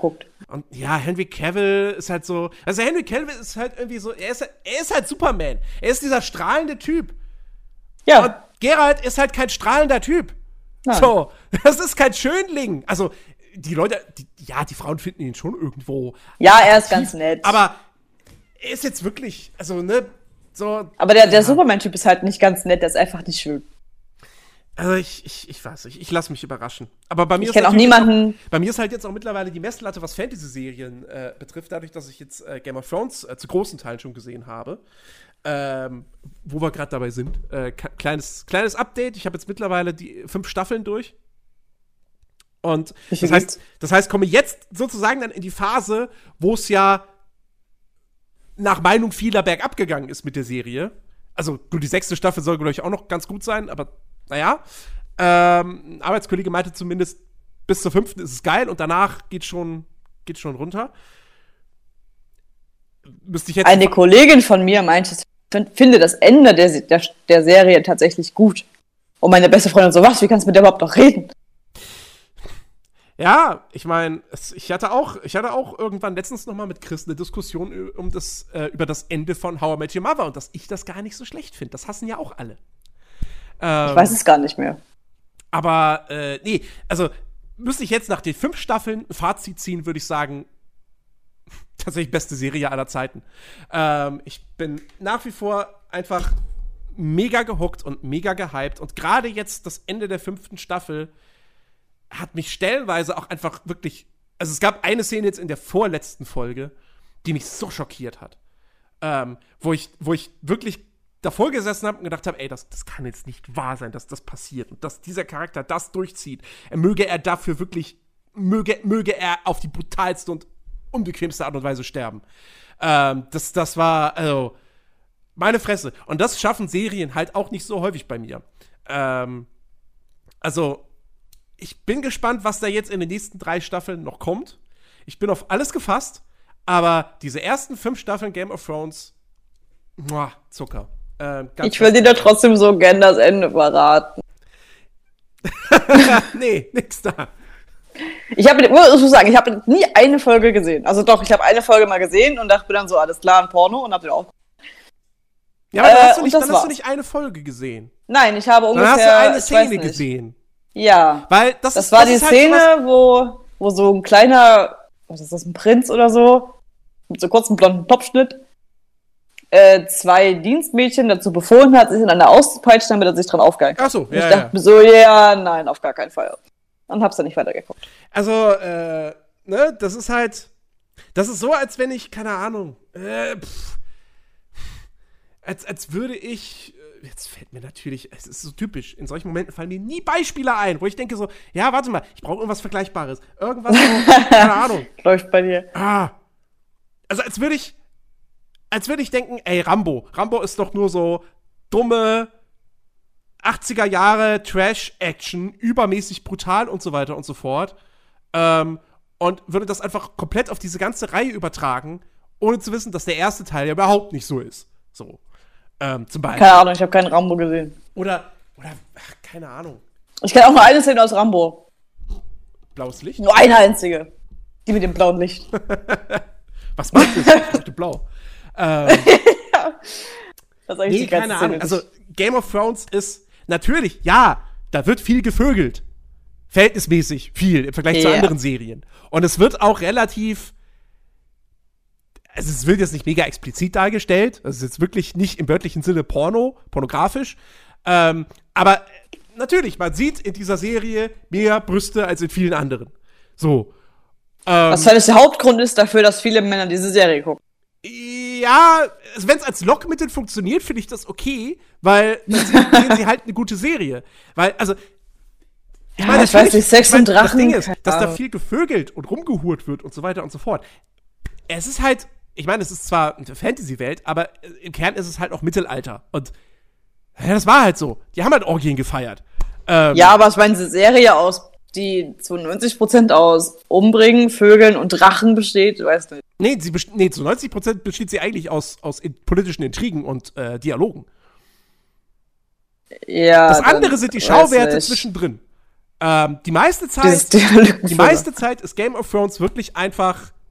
Und ja, Henry Cavill ist halt so, also Henry Cavill ist halt irgendwie so, er ist, er ist halt Superman. Er ist dieser strahlende Typ. Ja. Und Geralt ist halt kein strahlender Typ. Nein. So, das ist kein Schönling. Also, die Leute, die, ja, die Frauen finden ihn schon irgendwo. Ja, er ist ganz nett. Aber er ist jetzt wirklich, also, ne, so. Aber der, der ja. Superman-Typ ist halt nicht ganz nett, der ist einfach nicht schön. Also ich, ich, ich weiß nicht, ich lasse mich überraschen. Aber bei mir Ich ist kenne auch natürlich niemanden. Auch, bei mir ist halt jetzt auch mittlerweile die Messlatte, was Fantasy-Serien äh, betrifft, dadurch, dass ich jetzt äh, Game of Thrones äh, zu großen Teilen schon gesehen habe. Ähm, wo wir gerade dabei sind. Äh, kleines, kleines Update, ich habe jetzt mittlerweile die fünf Staffeln durch. Und das heißt, das heißt, komme jetzt sozusagen dann in die Phase, wo es ja nach Meinung vieler bergab gegangen ist mit der Serie. Also, gut, die sechste Staffel soll, glaube ich, auch noch ganz gut sein, aber naja. Ähm, ein Arbeitskollege meinte zumindest, bis zur fünften ist es geil und danach geht schon, geht schon runter. Müsste ich jetzt. Eine Kollegin von mir meinte, ich finde das Ende der, der, der Serie tatsächlich gut. Und meine beste Freundin so, was, wie kannst du mit der überhaupt noch reden? Ja, ich meine, ich hatte auch, ich hatte auch irgendwann letztens noch mal mit Chris eine Diskussion um das, äh, über das Ende von How I Met Your Mother und dass ich das gar nicht so schlecht finde. Das hassen ja auch alle. Ähm, ich weiß es gar nicht mehr. Aber, äh, nee, also müsste ich jetzt nach den fünf Staffeln ein Fazit ziehen, würde ich sagen, tatsächlich beste Serie aller Zeiten. Ähm, ich bin nach wie vor einfach mega gehuckt und mega gehypt und gerade jetzt das Ende der fünften Staffel hat mich stellenweise auch einfach wirklich, also es gab eine Szene jetzt in der vorletzten Folge, die mich so schockiert hat. Ähm, wo ich, wo ich wirklich davor gesessen habe und gedacht habe, ey, das, das kann jetzt nicht wahr sein, dass das passiert und dass dieser Charakter das durchzieht. Er möge er dafür wirklich, möge, möge er auf die brutalste und unbequemste Art und Weise sterben. Ähm, das, das war, also, meine Fresse. Und das schaffen Serien halt auch nicht so häufig bei mir. Ähm, also, ich bin gespannt, was da jetzt in den nächsten drei Staffeln noch kommt. Ich bin auf alles gefasst, aber diese ersten fünf Staffeln Game of Thrones, muah, Zucker. Äh, ich würde dir da trotzdem so gern das Ende verraten. Nee, nix da. Ich habe, ich muss sagen, ich habe nie eine Folge gesehen. Also doch, ich habe eine Folge mal gesehen und dachte dann so, alles klar, ein Porno und hab den auch. Ja, aber dann, äh, hast, du nicht, dann hast du nicht eine Folge gesehen. Nein, ich habe ungefähr. Dann hast du eine Szene gesehen. Ja. Weil das, das ist, war das die ist halt Szene, sowas, wo, wo so ein kleiner, was ist das, ein Prinz oder so, mit so kurzem blonden Topfschnitt, äh, zwei Dienstmädchen dazu befohlen hat, sich in einer auszupeitschen, damit er sich dran aufgehängt hat. Ach so, und ja, ich dachte ja. mir so, ja, nein, auf gar keinen Fall. Und hab's dann nicht weitergeguckt. Also, äh, ne, das ist halt, das ist so, als wenn ich, keine Ahnung, äh, pff, als, als würde ich, jetzt fällt mir natürlich, es ist so typisch, in solchen Momenten fallen mir nie Beispiele ein, wo ich denke so, ja, warte mal, ich brauche irgendwas Vergleichbares, irgendwas so, keine Ahnung. Läuft bei dir. Ah. Also, als würde ich, als würde ich denken, ey, Rambo, Rambo ist doch nur so dumme achtziger Jahre Trash-Action, übermäßig brutal und so weiter und so fort. Ähm, und würde das einfach komplett auf diese ganze Reihe übertragen, ohne zu wissen, dass der erste Teil ja überhaupt nicht so ist. So. Ähm, zum Beispiel. Keine Ahnung, ich habe keinen Rambo gesehen. Oder, oder, ach, keine Ahnung. Ich kenne auch nur eine Szene aus Rambo. Blaues Licht? Nur eine einzige. Die mit dem blauen Licht. Was macht das? Ich dachte, blau. Ähm, ja. Das ist eigentlich nee, die ganze keine Szene. Ahnung. Also, Game of Thrones ist natürlich, ja, da wird viel gevögelt. Verhältnismäßig viel im Vergleich zu Ja. anderen Serien. Und es wird auch relativ, also es wird jetzt nicht mega explizit dargestellt. Es ist jetzt wirklich nicht im wörtlichen Sinne Porno, pornografisch. Ähm, aber natürlich, man sieht in dieser Serie mehr Brüste als in vielen anderen. So. Ähm, Was halt der Hauptgrund ist dafür, dass viele Männer diese Serie gucken. Ja, wenn es als Lockmittel funktioniert, finde ich das okay, weil dann sehen sie halt eine gute Serie. Weil, also, ich meine, ich weiß nicht, Sex ich mein, und Drachen. das Ding ist, keine dass da Ahnung. viel gevögelt und rumgehurt wird und so weiter und so fort. Es ist halt, ich meine, es ist zwar eine Fantasy-Welt, aber im Kern ist es halt auch Mittelalter. Und ja, das war halt so. Die haben halt Orgien gefeiert. Ähm, Ja, aber ich meine, diese Serie aus, die zu neunzig Prozent aus Umbringen, Vögeln und Drachen besteht, ich weiß nicht. Nee, sie best- nee, zu neunzig Prozent besteht sie eigentlich aus, aus in- politischen Intrigen und äh, Dialogen. Ja, Das dann andere sind die weiß Schauwerte nicht. zwischendrin. Ähm, die meiste Dieses Zeit, Dialog- die meiste Zeit ist Game of Thrones wirklich einfach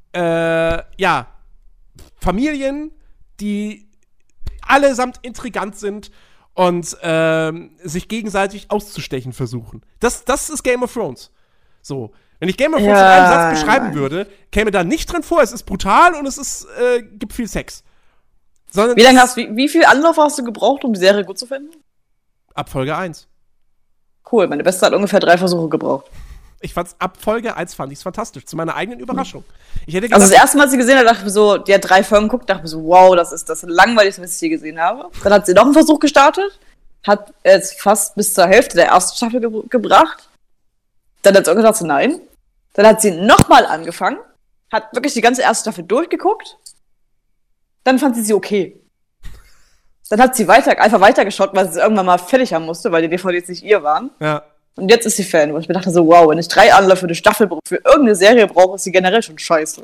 äh, ja, Familien, die allesamt intrigant sind und ähm, sich gegenseitig auszustechen versuchen. Das, das ist Game of Thrones. So. Wenn ich Game of Thrones ja, in einem Satz beschreiben nein. würde, käme da nicht drin vor, es ist brutal und es ist, äh, gibt viel Sex. Sondern wie lange hast wie, wie viel Anlauf hast du gebraucht, um die Serie gut zu finden? Ab Folge eins. Cool, meine Beste hat ungefähr drei Versuche gebraucht. Ich fand's, ab Folge eins fand ich's fantastisch, zu meiner eigenen Überraschung. Ich hätte gedacht, also das erste Mal, als sie gesehen hat, dachte ich mir so, die hat drei Folgen geguckt, dachte ich mir so, wow, das ist das langweiligste, was ich je gesehen habe. Dann hat sie noch einen Versuch gestartet, hat es fast bis zur Hälfte der ersten Staffel ge- gebracht. Dann hat sie gesagt, so, nein. Dann hat sie nochmal angefangen, hat wirklich die ganze erste Staffel durchgeguckt. Dann fand sie sie okay. Dann hat sie weiter, einfach weitergeschaut, weil sie es irgendwann mal fertig haben musste, weil die D V Ds nicht ihr waren. Ja. Und jetzt ist sie Fan, wo ich mir dachte so, wow, wenn ich drei Anläufe für eine Staffel brauche, für irgendeine Serie brauche, ist sie generell schon scheiße.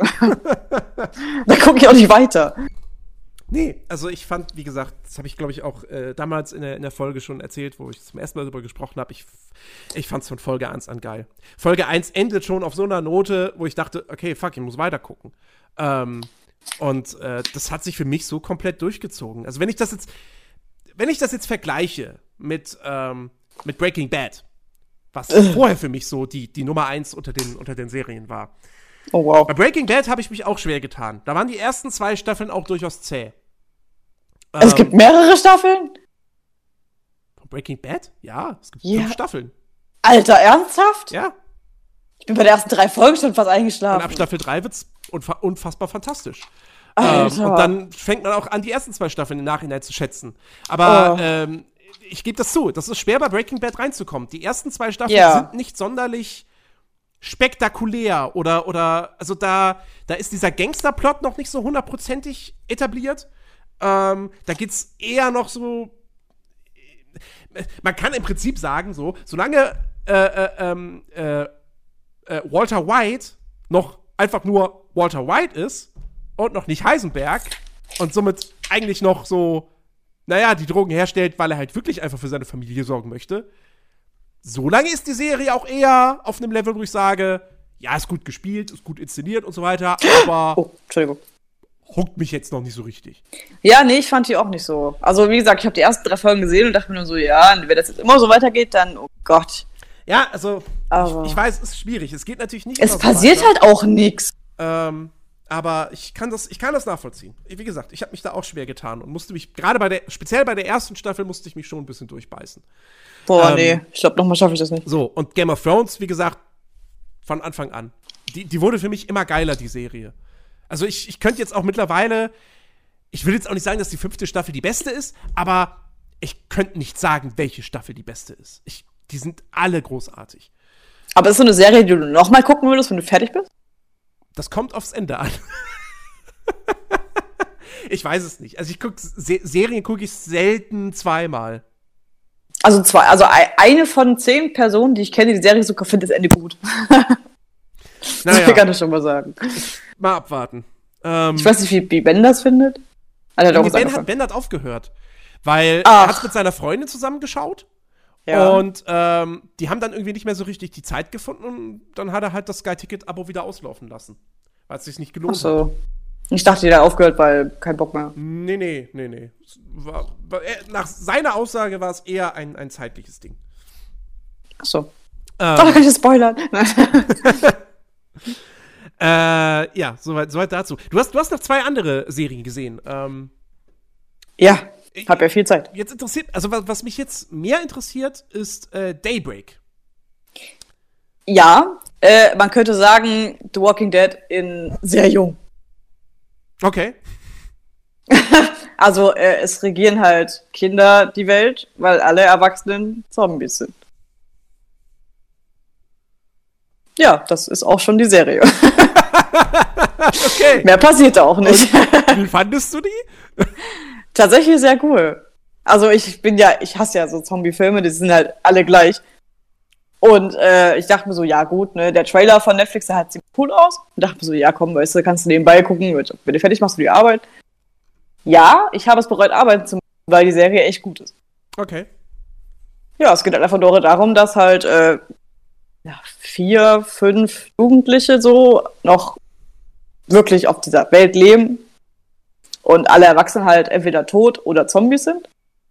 Da gucke ich auch nicht weiter. Nee, also ich fand, wie gesagt, das habe ich, glaube ich, auch äh, damals in der, in der Folge schon erzählt, wo ich zum ersten Mal darüber gesprochen habe. Ich, ich fand es von Folge eins an geil. Folge eins endet schon auf so einer Note, wo ich dachte, okay, fuck, ich muss weiter gucken. Ähm, und äh, das hat sich für mich so komplett durchgezogen. Also wenn ich das jetzt, wenn ich das jetzt vergleiche mit, ähm, mit Breaking Bad, was vorher für mich so die, die Nummer eins unter den, unter den Serien war. Oh, wow. Bei Breaking Bad habe ich mich auch schwer getan. Da waren die ersten zwei Staffeln auch durchaus zäh. Also ähm, es gibt mehrere Staffeln? Breaking Bad? Ja, es gibt ja. fünf Staffeln. Alter, ernsthaft? Ja. Ich bin bei den ersten drei Folgen schon fast eingeschlafen. Und ab Staffel drei wird's unfa- unfassbar fantastisch. Alter. Ähm, und dann fängt man auch an, die ersten zwei Staffeln im Nachhinein zu schätzen. Aber oh. ähm, ich gebe das zu, das ist schwer, bei Breaking Bad reinzukommen. Die ersten zwei Staffeln ja. sind nicht sonderlich spektakulär oder, oder also da, da ist dieser Gangsterplot noch nicht so hundertprozentig etabliert. Ähm, da geht's eher noch so, man kann im Prinzip sagen, so, solange äh, äh, ähm, äh, äh, Walter White noch einfach nur Walter White ist und noch nicht Heisenberg und somit eigentlich noch so, naja, die Drogen herstellt, weil er halt wirklich einfach für seine Familie sorgen möchte, so lange ist die Serie auch eher auf einem Level, wo ich sage, ja, ist gut gespielt, ist gut inszeniert und so weiter, aber oh, Entschuldigung. Huckt mich jetzt noch nicht so richtig. Ja, nee, ich fand die auch nicht so. Also, wie gesagt, ich habe die ersten drei Folgen gesehen und dachte mir nur so, ja, wenn das jetzt immer so weitergeht, dann, oh Gott. Ja, also, ich, ich weiß, es ist schwierig. Es geht natürlich nicht Es immer passiert so halt auch nichts. Ähm, aber ich kann das, ich kann das nachvollziehen. Wie gesagt, ich habe mich da auch schwer getan und musste mich, gerade bei der, speziell bei der ersten Staffel, musste ich mich schon ein bisschen durchbeißen. Boah, ähm, nee, ich glaube, nochmal schaffe ich das nicht. So, und Game of Thrones, wie gesagt, von Anfang an. Die, die wurde für mich immer geiler, die Serie. Also ich, ich könnte jetzt auch mittlerweile, ich will jetzt auch nicht sagen, dass die fünfte Staffel die beste ist, aber ich könnte nicht sagen, welche Staffel die beste ist. Ich, die sind alle großartig. Aber ist so eine Serie, die du nochmal gucken würdest, wenn du fertig bist? Das kommt aufs Ende an. Ich weiß es nicht. Also ich gucke Se- Serien gucke ich selten zweimal. Also zwei, also eine von zehn Personen, die ich kenne, die die Serie sogar findet das Ende gut. Naja. Das kann ich schon mal sagen. Mal abwarten. Ähm, ich weiß nicht, wie, wie Ben das findet. Also hat nee, ben, hat, Ben hat aufgehört. Weil Ach. er hat mit seiner Freundin zusammengeschaut. Ja. Und ähm, die haben dann irgendwie nicht mehr so richtig die Zeit gefunden. Und dann hat er halt das Sky-Ticket-Abo wieder auslaufen lassen. Weil es sich nicht gelohnt Ach so. hat. Ich dachte, der hat aufgehört, weil kein Bock mehr. Nee, nee, nee, nee. War, war, nach seiner Aussage war es eher ein, ein zeitliches Ding. Ach so. Ähm, Doch, da kann ich das spoilern. äh, ja, soweit, soweit dazu. Du hast, du hast noch zwei andere Serien gesehen. Ähm, ja, hab ja viel Zeit. Jetzt interessiert, also was, was mich jetzt mehr interessiert, ist äh, Daybreak. Ja, äh, man könnte sagen, The Walking Dead in sehr jung. Okay. Also, äh, es regieren halt Kinder die Welt, weil alle Erwachsenen Zombies sind. Ja, das ist auch schon die Serie. Okay. Mehr passiert da auch nicht. Und wie fandest du die? Tatsächlich sehr cool. Also ich bin ja, ich hasse ja so Zombie-Filme, die sind halt alle gleich. Und äh, ich dachte mir so, ja gut, ne, der Trailer von Netflix, der hat ziemlich cool aus. Und dachte mir so, ja komm, weißt du, kannst du nebenbei gucken, wenn du fertig machst du die Arbeit. Ja, ich habe es bereut, arbeiten zu müssen, weil die Serie echt gut ist. Okay. Ja, es geht halt einfach nur darum, dass halt äh, ja, vier, fünf Jugendliche so noch wirklich auf dieser Welt leben und alle Erwachsenen halt entweder tot oder Zombies sind.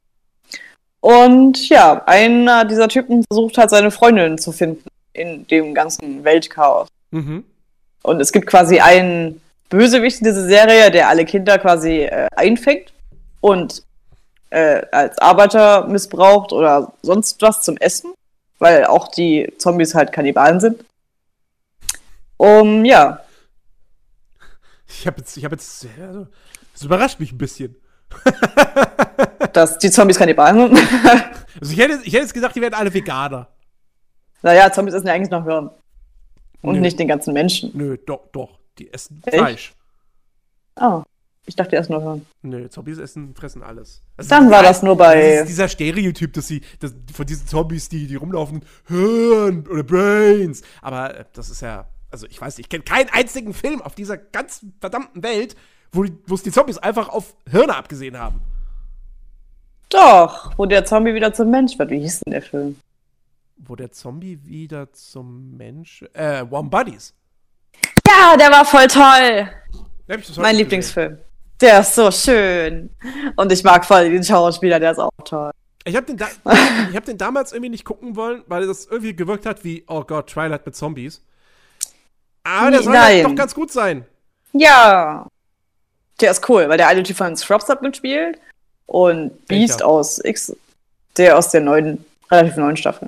Und ja, einer dieser Typen versucht halt seine Freundin zu finden in dem ganzen Weltchaos. Mhm. Und es gibt quasi einen Bösewicht in dieser Serie, der alle Kinder quasi äh, einfängt und äh, als Arbeiter missbraucht oder sonst was zum Essen, weil auch die Zombies halt Kannibalen sind. Um, ja. Ich habe jetzt, ich habe jetzt, also, das überrascht mich ein bisschen. Dass die Zombies Kannibalen sind. Also ich hätte, ich hätte jetzt gesagt, die werden alle Veganer. Naja, Zombies essen ja eigentlich noch Hirn. Und Nö. nicht den ganzen Menschen. Nö, doch, doch. Die essen Echt? Fleisch. Oh, ich dachte, die essen nur Hirn. Nö, Zombies essen, fressen alles. Das Dann ist, war das nur bei- Das ist dieser Stereotyp, dass sie, dass von diesen Zombies, die, die rumlaufen, Hirn oder Brains. Aber äh, das ist ja, also ich weiß nicht, ich kenne keinen einzigen Film auf dieser ganzen verdammten Welt, wo, die, wo es die Zombies einfach auf Hirne abgesehen haben. Doch, wo der Zombie wieder zum Mensch wird. Wie hieß denn der Film? Wo der Zombie wieder zum Mensch, äh, Warm Bodies. Ja, der war voll toll. Da hab ich das heute Mein gesehen. Lieblingsfilm. Der ist so schön. Und ich mag voll den Schauspieler, der ist auch toll. Ich habe den, da ich hab den damals irgendwie nicht gucken wollen, weil das irgendwie gewirkt hat wie, oh Gott, Twilight mit Zombies. Aber der soll Nein. halt doch ganz gut sein. Ja. Der ist cool, weil der eine Typ von Scrubs hat mitspielt und Beast Welcher? aus X, der aus der neuen, relativ neuen Staffel.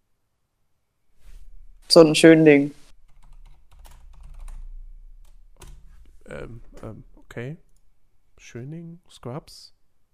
So ein schönes Ding. Ähm, ähm, okay. Schöning, Scrubs.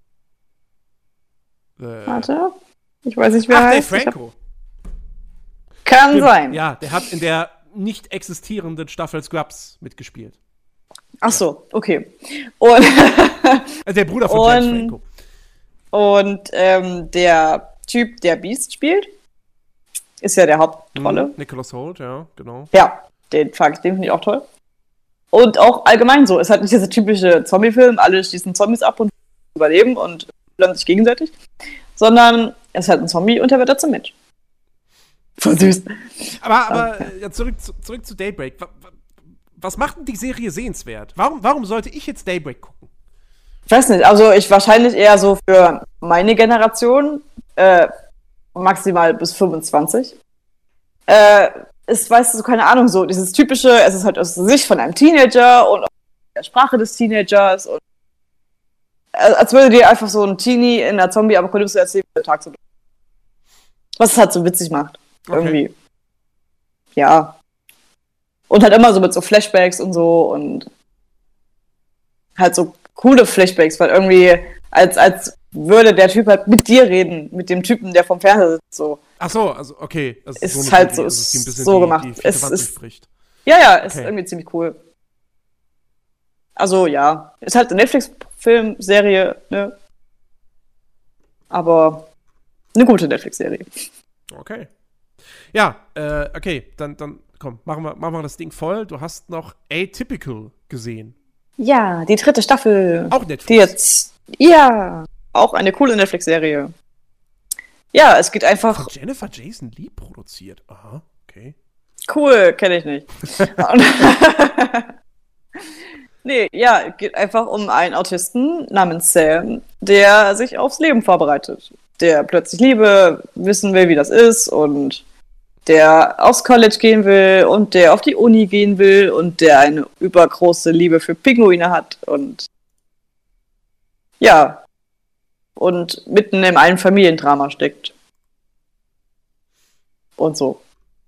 Äh, Warte. Ich weiß nicht, wer Ach, Dave heißt. Ich hab- Franco. Kann Stimmt. sein. Ja, der hat in der nicht existierenden Staffel Scrubs mitgespielt. Ach so, okay. Und, Also der Bruder von James Und- Franco. und ähm, der Typ, der Beast spielt, ist ja der Hauptrolle. Mhm. Nicholas Hoult, ja, genau. Ja, den, den finde ich auch toll. Und auch allgemein so. Es hat nicht dieser typische Zombie-Film, alle schießen Zombies ab und überleben und lernen sich gegenseitig. Sondern es ist halt ein Zombie und er wird dazu Mensch. Voll süß. Aber, aber äh, ja, zurück, zu, zurück zu Daybreak. Wa- wa- Was macht denn die Serie sehenswert? Warum, warum sollte ich jetzt Daybreak gucken? Ich weiß nicht, also ich wahrscheinlich eher so für meine Generation, äh, maximal bis fünfundzwanzig. Äh, ist, weißt du, so keine Ahnung, so dieses typische, es ist halt aus der Sicht von einem Teenager und aus der Sprache des Teenagers und äh, als würde dir einfach so ein Teenie in der Zombie-Apokalypse erzählen, wie der Tag so. Was es halt so witzig macht. Okay. Irgendwie. Ja. Und halt immer so mit so Flashbacks und so und halt so coole Flashbacks, weil irgendwie als, als würde der Typ halt mit dir reden, mit dem Typen, der vom Fernseher sitzt, so. Ach so, also okay. Das Ist eine halt Serie, so- also es die ein bisschen so die, gemacht. Die vierte Es Wand ist- durchbricht. Ja, ja, ist Okay. irgendwie ziemlich cool. Also, ja. Ist halt eine Netflix-Film-Serie, ne? Aber eine gute Netflix-Serie. Okay. Ja, äh, okay, dann, dann komm, machen wir, machen wir das Ding voll. Du hast noch Atypical gesehen. Ja, die dritte Staffel. Auch Netflix. Die jetzt. Ja, auch eine coole Netflix-Serie. Ja, es geht einfach. Von Jennifer Jason Leigh produziert. Aha, okay. Cool, kenne ich nicht. Nee, ja, geht einfach um einen Autisten namens Sam, der sich aufs Leben vorbereitet. Der plötzlich Liebe wissen will, wie das ist und der aufs College gehen will und der auf die Uni gehen will und der eine übergroße Liebe für Pinguine hat und ja, und mitten in einem Familiendrama steckt. Und so.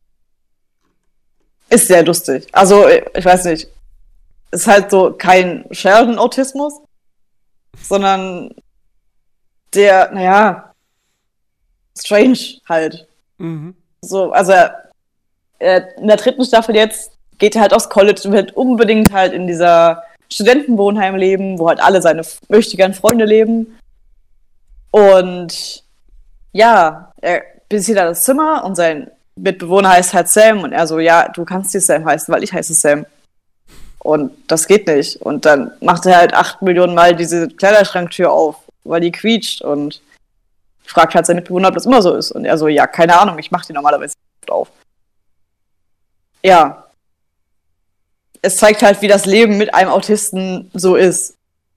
Ist sehr lustig. Also, ich weiß nicht. Ist halt so kein Sheldon-Autismus, sondern der, naja, strange halt. Mhm. So, also äh, in der dritten Staffel jetzt geht er halt aufs College und will unbedingt halt in dieser Studentenwohnheim leben, wo halt alle seine möchtegern Freunde leben. Und ja, er bezieht da das Zimmer und sein Mitbewohner heißt halt Sam und er so, ja, du kannst dir Sam heißen, weil ich heiße Sam. Und das geht nicht. Und dann macht er halt acht Millionen Mal diese Kleiderschranktür auf, weil die quietscht und fragt halt seine Mitbewohner, ob das immer so ist. Und er so, ja, keine Ahnung, ich mach die normalerweise auf. Ja. es zeigt halt, wie das Leben mit einem Autisten so ist.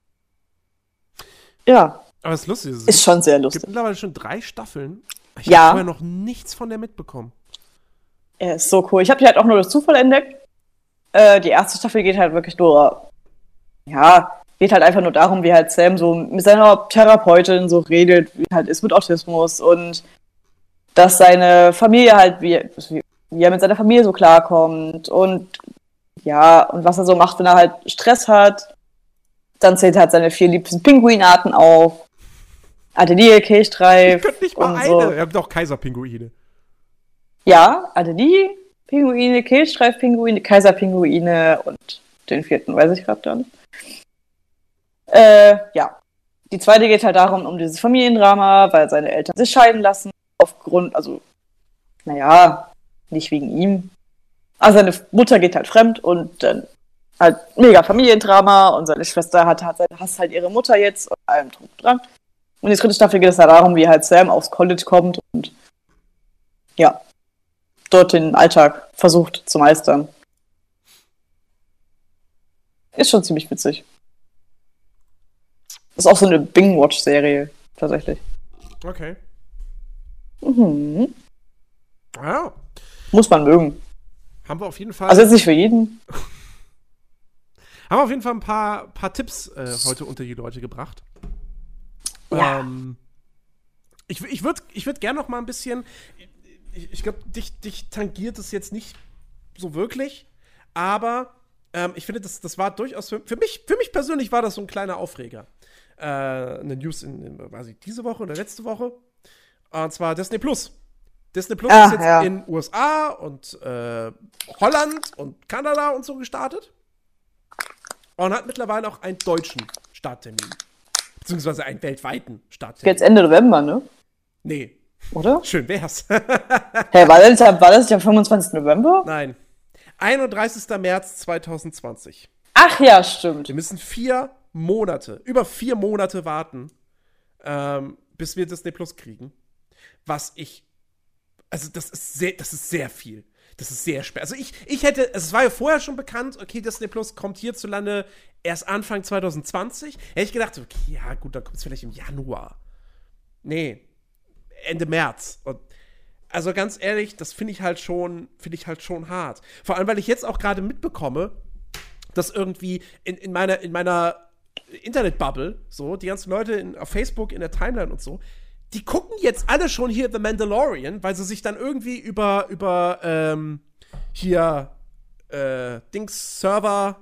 Ja. Aber es ist lustig. Es ist schon sehr lustig. Es gibt mittlerweile schon drei Staffeln. Ich ja. habe vorher noch nichts von der mitbekommen. Er ist so cool. Ich habe die halt auch nur durch Zufall entdeckt. Äh, die erste Staffel geht halt wirklich nur, ja, geht halt einfach nur darum, wie halt Sam so mit seiner Therapeutin so redet, wie halt ist mit Autismus und dass seine Familie halt, wie, wie er mit seiner Familie so klarkommt und ja, und was er so macht, wenn er halt Stress hat. Dann zählt er halt seine vier liebsten Pinguinarten auf. Adelie, Kehlstreif. Ich könnte nicht mal eine. So. Er hat doch Kaiserpinguine. Ja, Adelie, Pinguine, Kehlstreif-Pinguine, Kaiserpinguine und den vierten weiß ich gerade gar nicht. Äh, ja. Die zweite geht halt darum, um dieses Familiendrama, weil seine Eltern sich scheiden lassen. Aufgrund, also, naja, nicht wegen ihm. Also seine Mutter geht halt fremd und dann halt mega Familiendrama und seine Schwester hat, hat hasst halt ihre Mutter jetzt und allem drum und dran. Und die dritte Staffel geht es halt darum, wie halt Sam aufs College kommt und ja, dort den Alltag versucht zu meistern. Ist schon ziemlich witzig. Ist auch so eine Bing-Watch-Serie, tatsächlich. Okay. Mhm. Ja. Muss man mögen. Haben wir auf jeden Fall. Also jetzt nicht für jeden. Haben wir auf jeden Fall ein paar, paar Tipps äh, heute unter die Leute gebracht. Ja. Ähm, ich ich würde ich würd gerne noch mal ein bisschen, ich, ich glaube, dich, dich tangiert es jetzt nicht so wirklich, aber ähm, ich finde, das, das war durchaus, für, für, mich, für mich persönlich war das so ein kleiner Aufreger. Äh, eine News in, in weiß ich, diese Woche oder letzte Woche. Und zwar Disney Plus. Disney Plus ah, ist jetzt ja. in U S A und äh, Holland und Kanada und so gestartet. Und hat mittlerweile auch einen deutschen Starttermin. Beziehungsweise einen weltweiten Starttermin. Jetzt Ende November, ne? Nee. Oder? Schön wär's. Hä, hey, war das, war das nicht am fünfundzwanzigsten November? Nein. einunddreißigsten März zweitausendzwanzig. Ach ja, stimmt. Wir müssen vier Monate, über vier Monate warten, ähm, bis wir Disney Plus kriegen. Was ich, also das ist sehr, das ist sehr viel. Das ist sehr schwer. Also ich, ich hätte, also es war ja vorher schon bekannt, okay, Disney Plus kommt hierzulande erst Anfang zwanzig zwanzig. Hätte ich gedacht, okay, ja gut, dann kommt es vielleicht im Januar. Nee, Ende März. Und also ganz ehrlich, das finde ich halt schon, finde ich halt schon hart. Vor allem, weil ich jetzt auch gerade mitbekomme, dass irgendwie in, in meiner, in meiner Internetbubble, so, die ganzen Leute in, auf Facebook, in der Timeline und so, die gucken jetzt alle schon hier The Mandalorian, weil sie sich dann irgendwie über, über ähm, hier äh, Dings-Server,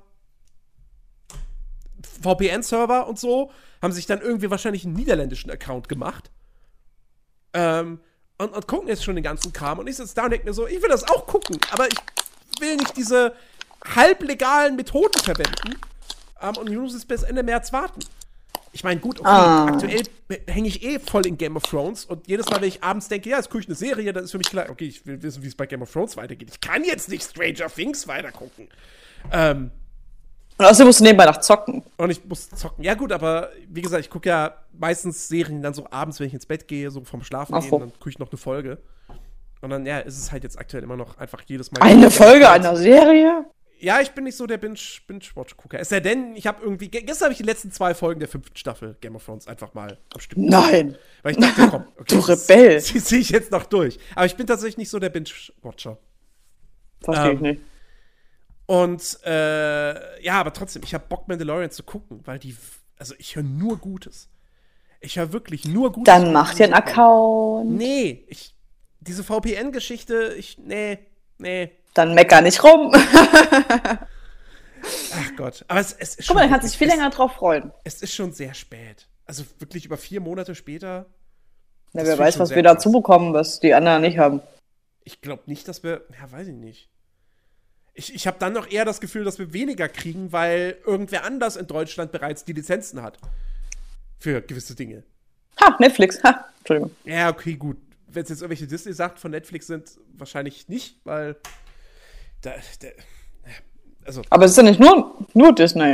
V P N-Server und so, haben sich dann irgendwie wahrscheinlich einen niederländischen Account gemacht. Ähm, und, und gucken jetzt schon den ganzen Kram. Und ich sitze da und denke mir so, ich will das auch gucken, aber ich will nicht diese halblegalen Methoden verwenden ähm, und ich muss jetzt bis Ende März warten. Ich meine, gut, okay, ah. aktuell hänge ich eh voll in Game of Thrones und jedes Mal, wenn ich abends denke, ja, jetzt gucke ich eine Serie, dann ist für mich klar, okay, ich will wissen, wie es bei Game of Thrones weitergeht. Ich kann jetzt nicht Stranger Things weitergucken. Ähm, und außerdem musst du nebenbei noch zocken. Und ich muss zocken. Ja gut, aber wie gesagt, ich gucke ja meistens Serien dann so abends, wenn ich ins Bett gehe, so vom Schlafen Ach gehen, so. dann gucke ich noch eine Folge. Und dann, ja, ist es halt jetzt aktuell immer noch einfach jedes Mal. Eine Folge einer Serie? Ja, ich bin nicht so der Binge- Binge-Watch-Gucker. Es sei denn, ich habe irgendwie, ge- gestern habe ich die letzten zwei Folgen der fünften Staffel Game of Thrones einfach mal am Stück. Nein. Weil ich dachte, komm, okay, Du Rebell. Das ziehe ich jetzt noch durch. Aber ich bin tatsächlich nicht so der Binge-Watcher. Verstehe ich Ähm, nicht. Und, äh, ja, aber trotzdem, ich habe Bock, Mandalorian zu gucken, weil die, also ich höre nur Gutes. Ich höre wirklich nur Gutes. Dann mach dir einen Account. Nee, ich, diese V P N-Geschichte, ich, nee, nee. Dann mecker nicht rum. Ach Gott. Aber es, es ist Guck mal, schon dann kannst du dich viel es, länger drauf freuen. Es ist schon sehr spät. Also wirklich über vier Monate später. Na, das wer finde ich weiß, schon was sehr wir krass. dazu bekommen, was die anderen nicht haben. Ich glaube nicht, dass wir, ja, weiß ich nicht. Ich, ich habe dann noch eher das Gefühl, dass wir weniger kriegen, weil irgendwer anders in Deutschland bereits die Lizenzen hat. Für gewisse Dinge. Ha, Netflix. Ha, Entschuldigung. Ja, okay, gut. Wenn es jetzt irgendwelche Disney-Sachen von Netflix sind, wahrscheinlich nicht, weil da, da also, Aber es ist ja nicht nur, nur Disney.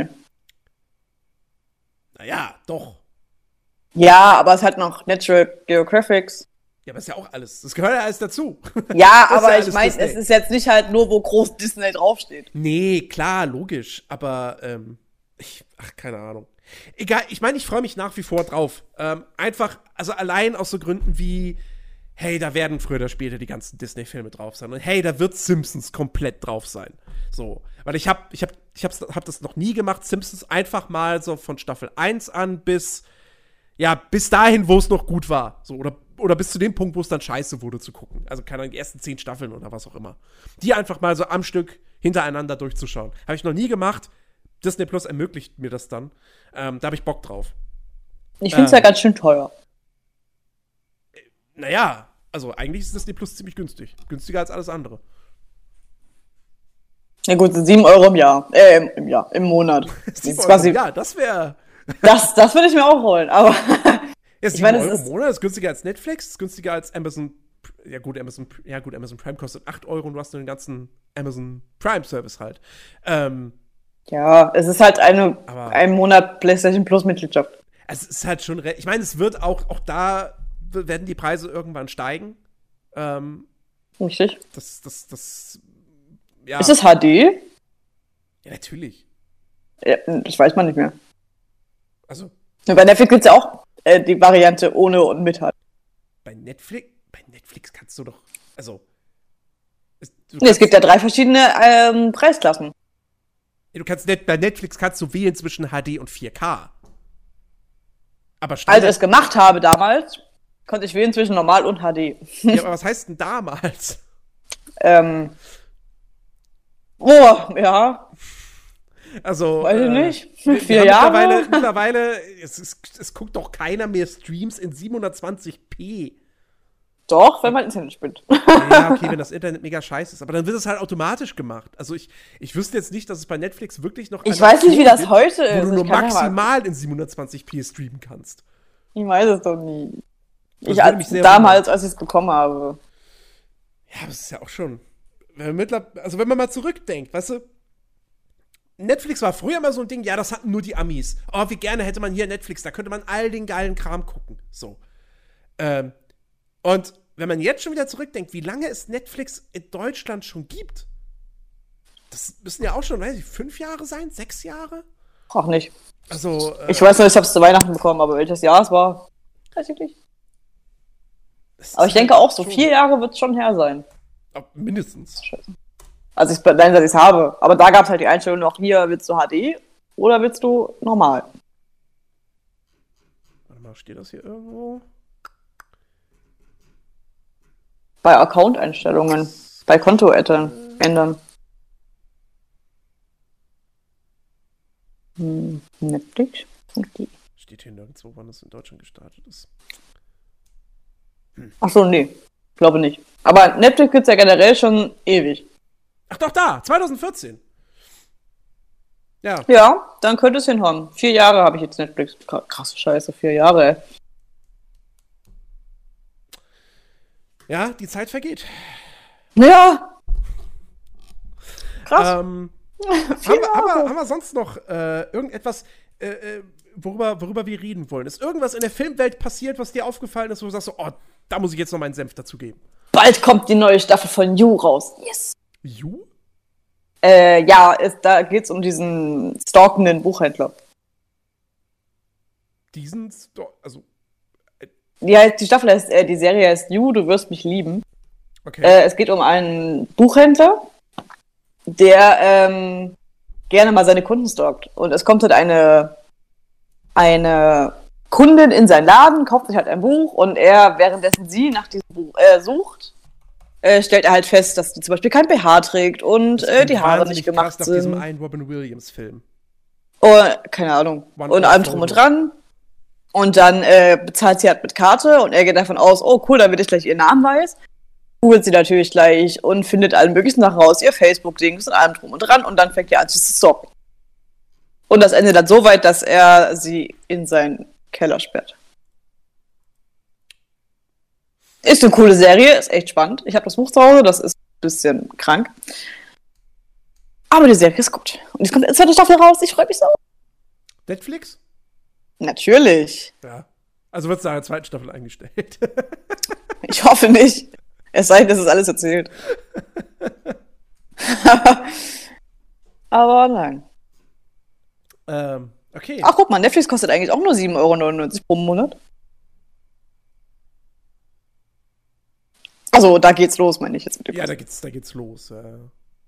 naja, doch. Ja, aber es hat noch Natural Geographics. Ja, aber ist ja auch alles. Das gehört ja alles dazu. Ja, Das ist aber ja ich alles meine, Disney. es ist jetzt nicht halt nur, wo groß Disney draufsteht. Nee, klar, logisch. Aber, ähm, ich, ach, keine Ahnung. Egal, ich meine, ich freue mich nach wie vor drauf. Ähm, einfach, also allein aus so Gründen wie, hey, da werden früher oder später die ganzen Disney-Filme drauf sein. Und hey, da wird Simpsons komplett drauf sein. So. Weil ich hab, ich hab, ich hab's, hab das noch nie gemacht, Simpsons einfach mal so von Staffel eins an bis, ja, bis dahin, wo es noch gut war. So, oder, oder bis zu dem Punkt, wo es dann scheiße wurde zu gucken. Also, keine Ahnung, die ersten zehn Staffeln oder was auch immer. Die einfach mal so am Stück hintereinander durchzuschauen. Habe ich noch nie gemacht. Disney Plus ermöglicht mir das dann. Ähm, da habe ich Bock drauf. Ich finde es ähm, ja ganz schön teuer. Naja, also eigentlich ist Disney Plus ziemlich günstig. Günstiger als alles andere. Ja gut, sieben Euro im Jahr. Äh, im, im Jahr, im Monat. sieben Euro im Jahr, das wäre... das das würde ich mir auch holen, aber... Ja, sieben Euro im Monat ist günstiger als Netflix, ist günstiger als Amazon... Ja gut, Amazon, ja gut, Amazon Prime kostet acht Euro und du hast den ganzen Amazon Prime-Service halt. Ähm... Ja, es ist halt eine, aber, ein Monat PlayStation Plus Mitgliedschaft. Es ist halt schon, ich meine, es wird auch, auch da werden die Preise irgendwann steigen. Ähm, Richtig. Das, das, das, ja. Ist es H D? Ja, natürlich. Ja, das weiß man nicht mehr. Also. Ja, bei Netflix gibt es ja auch äh, die Variante ohne und mit H D. Bei Netflix, bei Netflix kannst du doch, also. Es, nee, es gibt ja drei verschiedene ähm, Preisklassen. Du kannst net, bei Netflix kannst du wählen zwischen H D und vier K. Aber Als ich es gemacht habe damals, konnte ich wählen zwischen normal und H D. Ja, aber was heißt denn damals? ähm. Oh, ja. Also. Weiß ich äh, nicht. Wir, Vier wir Jahre? Mittlerweile, mittlerweile es, es, es guckt doch keiner mehr Streams in siebenhundertzwanzig p. Doch, wenn man Internet spinnt. Ja, okay, wenn das Internet mega scheiße ist. Aber dann wird es halt automatisch gemacht. Also ich, ich wüsste jetzt nicht, dass es bei Netflix wirklich noch Ich weiß nicht, wie das gibt, heute ist. Wo du nur ich maximal in siebenhundertzwanzig p streamen kannst. Ich weiß es doch nie. Das ich als, damals, als ich es bekommen habe. Ja, das ist ja auch schon. Wenn man also wenn man mal zurückdenkt, weißt du, Netflix war früher mal so ein Ding, ja, das hatten nur die Amis. Oh, wie gerne hätte man hier Netflix, da könnte man all den geilen Kram gucken. So. Ähm, und wenn man jetzt schon wieder zurückdenkt, wie lange es Netflix in Deutschland schon gibt, das müssen ja auch schon, weiß ich, fünf Jahre sein? Sechs Jahre? Auch nicht. Also, äh, ich weiß nur, ich habe es zu Weihnachten bekommen, aber welches Jahr es war, weiß ich nicht. Aber ich denke auch, so vier Jahre wird es schon her sein. Mindestens. Scheiße. Also ich nein, dass ich es habe. Aber da gab es halt die Einstellung noch, hier willst du H D oder willst du normal? Warte mal, steht das hier irgendwo? Bei Account-Einstellungen. Bei Konto ändern. Hm, Netflix? Okay. Steht hier nirgendwo, wann es in Deutschland gestartet ist. Hm. Ach so, nee. Glaube nicht. Aber Netflix gibt es ja generell schon ewig. Ach doch, da, zwanzig vierzehn. Ja. Ja, dann könnte es hinhauen. Vier Jahre habe ich jetzt Netflix. Krasse Scheiße, vier Jahre, ey. Ja, die Zeit vergeht. Ja. Krass. Ähm, haben, wir, haben, wir, haben wir sonst noch äh, irgendetwas, äh, äh, worüber, worüber wir reden wollen? Ist irgendwas in der Filmwelt passiert, was dir aufgefallen ist, wo du sagst, so, oh, da muss ich jetzt noch meinen Senf dazugeben? Bald kommt die neue Staffel von You raus. Yes. You? Äh, ja, ist, da geht's um diesen stalkenden Buchhändler. Diesen, Sto- also Die, heißt, die Staffel heißt, äh, die Serie heißt You, du wirst mich lieben. Okay. Äh, es geht um einen Buchhändler, der ähm, gerne mal seine Kunden stalkt. Und es kommt halt eine, eine Kundin in seinen Laden, kauft sich halt ein Buch und er, währenddessen sie nach diesem Buch äh, sucht, äh, stellt er halt fest, dass die zum Beispiel kein B H trägt und äh, die Haare nicht gemacht krass sind. nach diesem einen Robin Williams-Film. Oh, keine Ahnung. One und allem drum und dran. Und dann äh, bezahlt sie halt mit Karte und er geht davon aus, oh cool, damit ich gleich ihren Namen weiß. Googelt sie natürlich gleich und findet allen möglichen Sachen raus, ihr Facebook-Dings und allem drum und dran und dann fängt er an zu stalken. Und das endet dann so weit, dass er sie in seinen Keller sperrt. Ist eine coole Serie, ist echt spannend. Ich habe das Buch zu Hause, das ist ein bisschen krank. Aber die Serie ist gut. Und jetzt kommt eine zweite Staffel raus, ich freue mich so. Netflix? Natürlich. Ja. Also wird es nach der zweiten Staffel eingestellt. Ich hoffe nicht. Es sei denn, es ist alles erzählt. Aber nein. Ähm, okay. Ach, guck mal, Netflix kostet eigentlich auch nur sieben Euro neunundneunzig pro Monat. Also, da geht's los, meine ich jetzt mit dem Ja, da Kosten. geht's, da geht's los. Äh.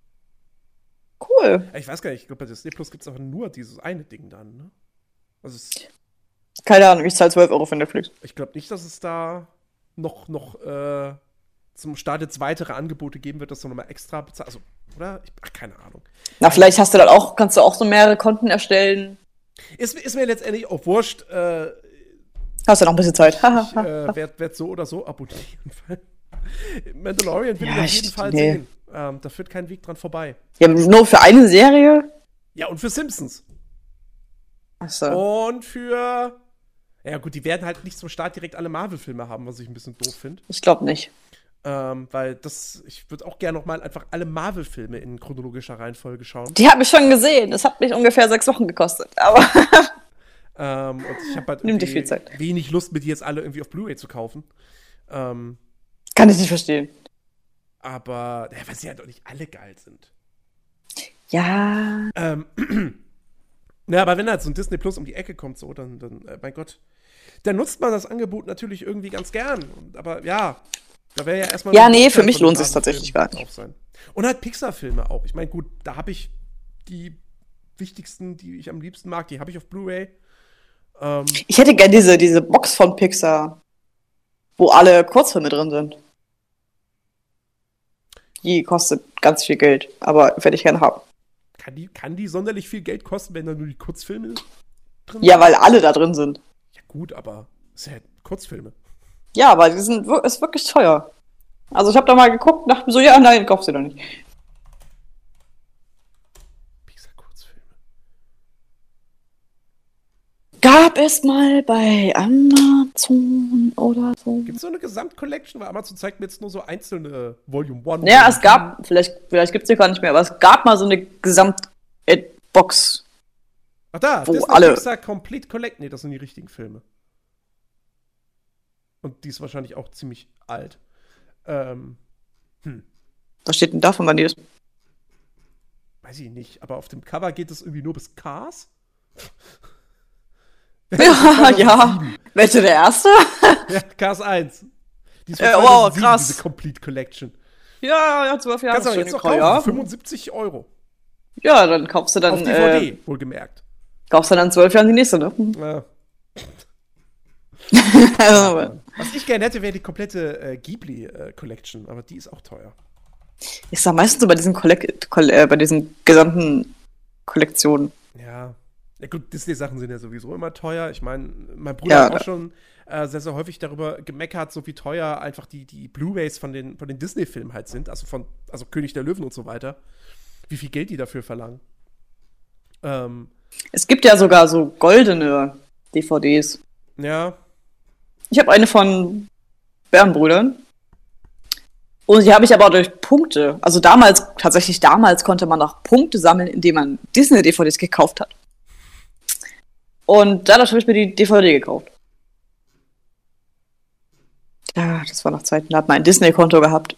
Cool. Ich weiß gar nicht, ich glaube, bei Disney Plus gibt's auch nur dieses eine Ding dann, ne? Also, es, Keine Ahnung, ich zahle zwölf Euro für Netflix. ich glaube nicht, dass es da noch, noch äh, zum Start jetzt weitere Angebote geben wird, dass du nochmal extra bezahlst. Also, oder? Ich, ach, keine Ahnung. Na, vielleicht hast du dann auch, kannst du auch so mehrere Konten erstellen. Ist, ist mir letztendlich auch wurscht. Äh, Hast du noch ein bisschen Zeit. ich äh, werde werd so oder so abonnieren. Mandalorian will Ja, ich auf ich- jeden Fall nee. sehen. Ähm, da führt kein Weg dran vorbei. Ja, nur für eine Serie? Ja, und für Simpsons. Achso. Und für. Ja, gut, die werden halt nicht zum Start direkt alle Marvel-Filme haben, was ich ein bisschen doof finde. Ich glaube nicht. Ähm, weil das. Ich würde auch gerne noch mal einfach alle Marvel-Filme in chronologischer Reihenfolge schauen. Die habe ich schon gesehen. Das hat mich ungefähr sechs Wochen gekostet. Aber Ähm, und ich habe halt Nimmt dir irgendwie viel Zeit. wenig Lust, mir die jetzt alle irgendwie auf Blu-ray zu kaufen. Ähm, kann ich nicht verstehen. aber. Ja, weil sie halt auch nicht alle geil sind. Ja. Ähm, ja, aber wenn halt so ein Disney Plus um die Ecke kommt, so, dann, dann äh, mein Gott, dann nutzt man das Angebot natürlich irgendwie ganz gern. Und, aber ja, da wäre ja erstmal. Ja, ein nee, Großteil für mich von den lohnt sich's Marvel-Filmen tatsächlich gar nicht. drauf sein. Und halt Pixar-Filme auch. Ich meine, gut, da habe ich die wichtigsten, die ich am liebsten mag, die habe ich auf Blu-ray. Ähm, Ich hätte gern diese, diese Box von Pixar, wo alle Kurzfilme drin sind. Die kostet ganz viel Geld, aber werde ich gerne haben. kann, die, kann die sonderlich viel Geld kosten, wenn da nur die Kurzfilme drin Ja, weil alle da drin sind. Ja, gut, aber es sind halt Kurzfilme. Ja, aber die sind wir- ist wirklich teuer. Also ich habe da mal geguckt, dachte mir so, ja, nein, kaufst du doch nicht. Pixar-Kurzfilme. Gab es mal bei Amazon oder so. Gibt es so eine Gesamtcollection? Weil Amazon zeigt mir jetzt nur so einzelne Volume eins. Ja, es gab, vielleicht, vielleicht gibt es die gar nicht mehr, aber es gab mal so eine Gesamtbox. Ach da, wo Disney alle- Pixar Complete Collect. Nee, das sind die richtigen Filme. Und die ist wahrscheinlich auch ziemlich alt. Ähm, Was steht denn davon, wann die das? weiß ich nicht. Aber auf dem Cover geht es irgendwie nur bis Cars? Ja, ja. Welche der erste? Ja, Cars eins. Die ist von Äh, wow, zweitausendsieben, krass. diese Complete Collection. Ja, ja, zwölf Jahre Kannst du ist aber schon jetzt noch gekommen, kaufen. ja. für fünfundsiebzig Euro. Ja, dann kaufst du dann, Auf D V D, äh, wohlgemerkt. kaufst du dann zwölf Jahren die nächste, ne? Ja. Also, Was ich gerne hätte, wäre die komplette äh, Ghibli äh, Collection, aber die ist auch teuer. ich sag meistens so bei diesen Kollek Koll äh, bei diesen gesamten Kollektionen. Ja. Ja gut, Disney-Sachen sind ja sowieso immer teuer. Ich meine, mein Bruder Ja, hat auch da- schon äh, sehr, sehr häufig darüber gemeckert, so wie teuer einfach die, die Blu-Rays von den, von den Disney-Filmen halt sind, also von also König der Löwen und so weiter. Wie viel Geld die dafür verlangen. Ähm, Es gibt ja sogar so goldene D V Ds. ja, Ich habe eine von Bärenbrüdern. Und die habe ich aber durch Punkte. Also damals, tatsächlich damals konnte man auch Punkte sammeln, indem man Disney-D V Ds gekauft hat. Und dadurch habe ich mir die D V D gekauft. Ja, das war noch Zeiten, da hat man ein Disney-Konto gehabt.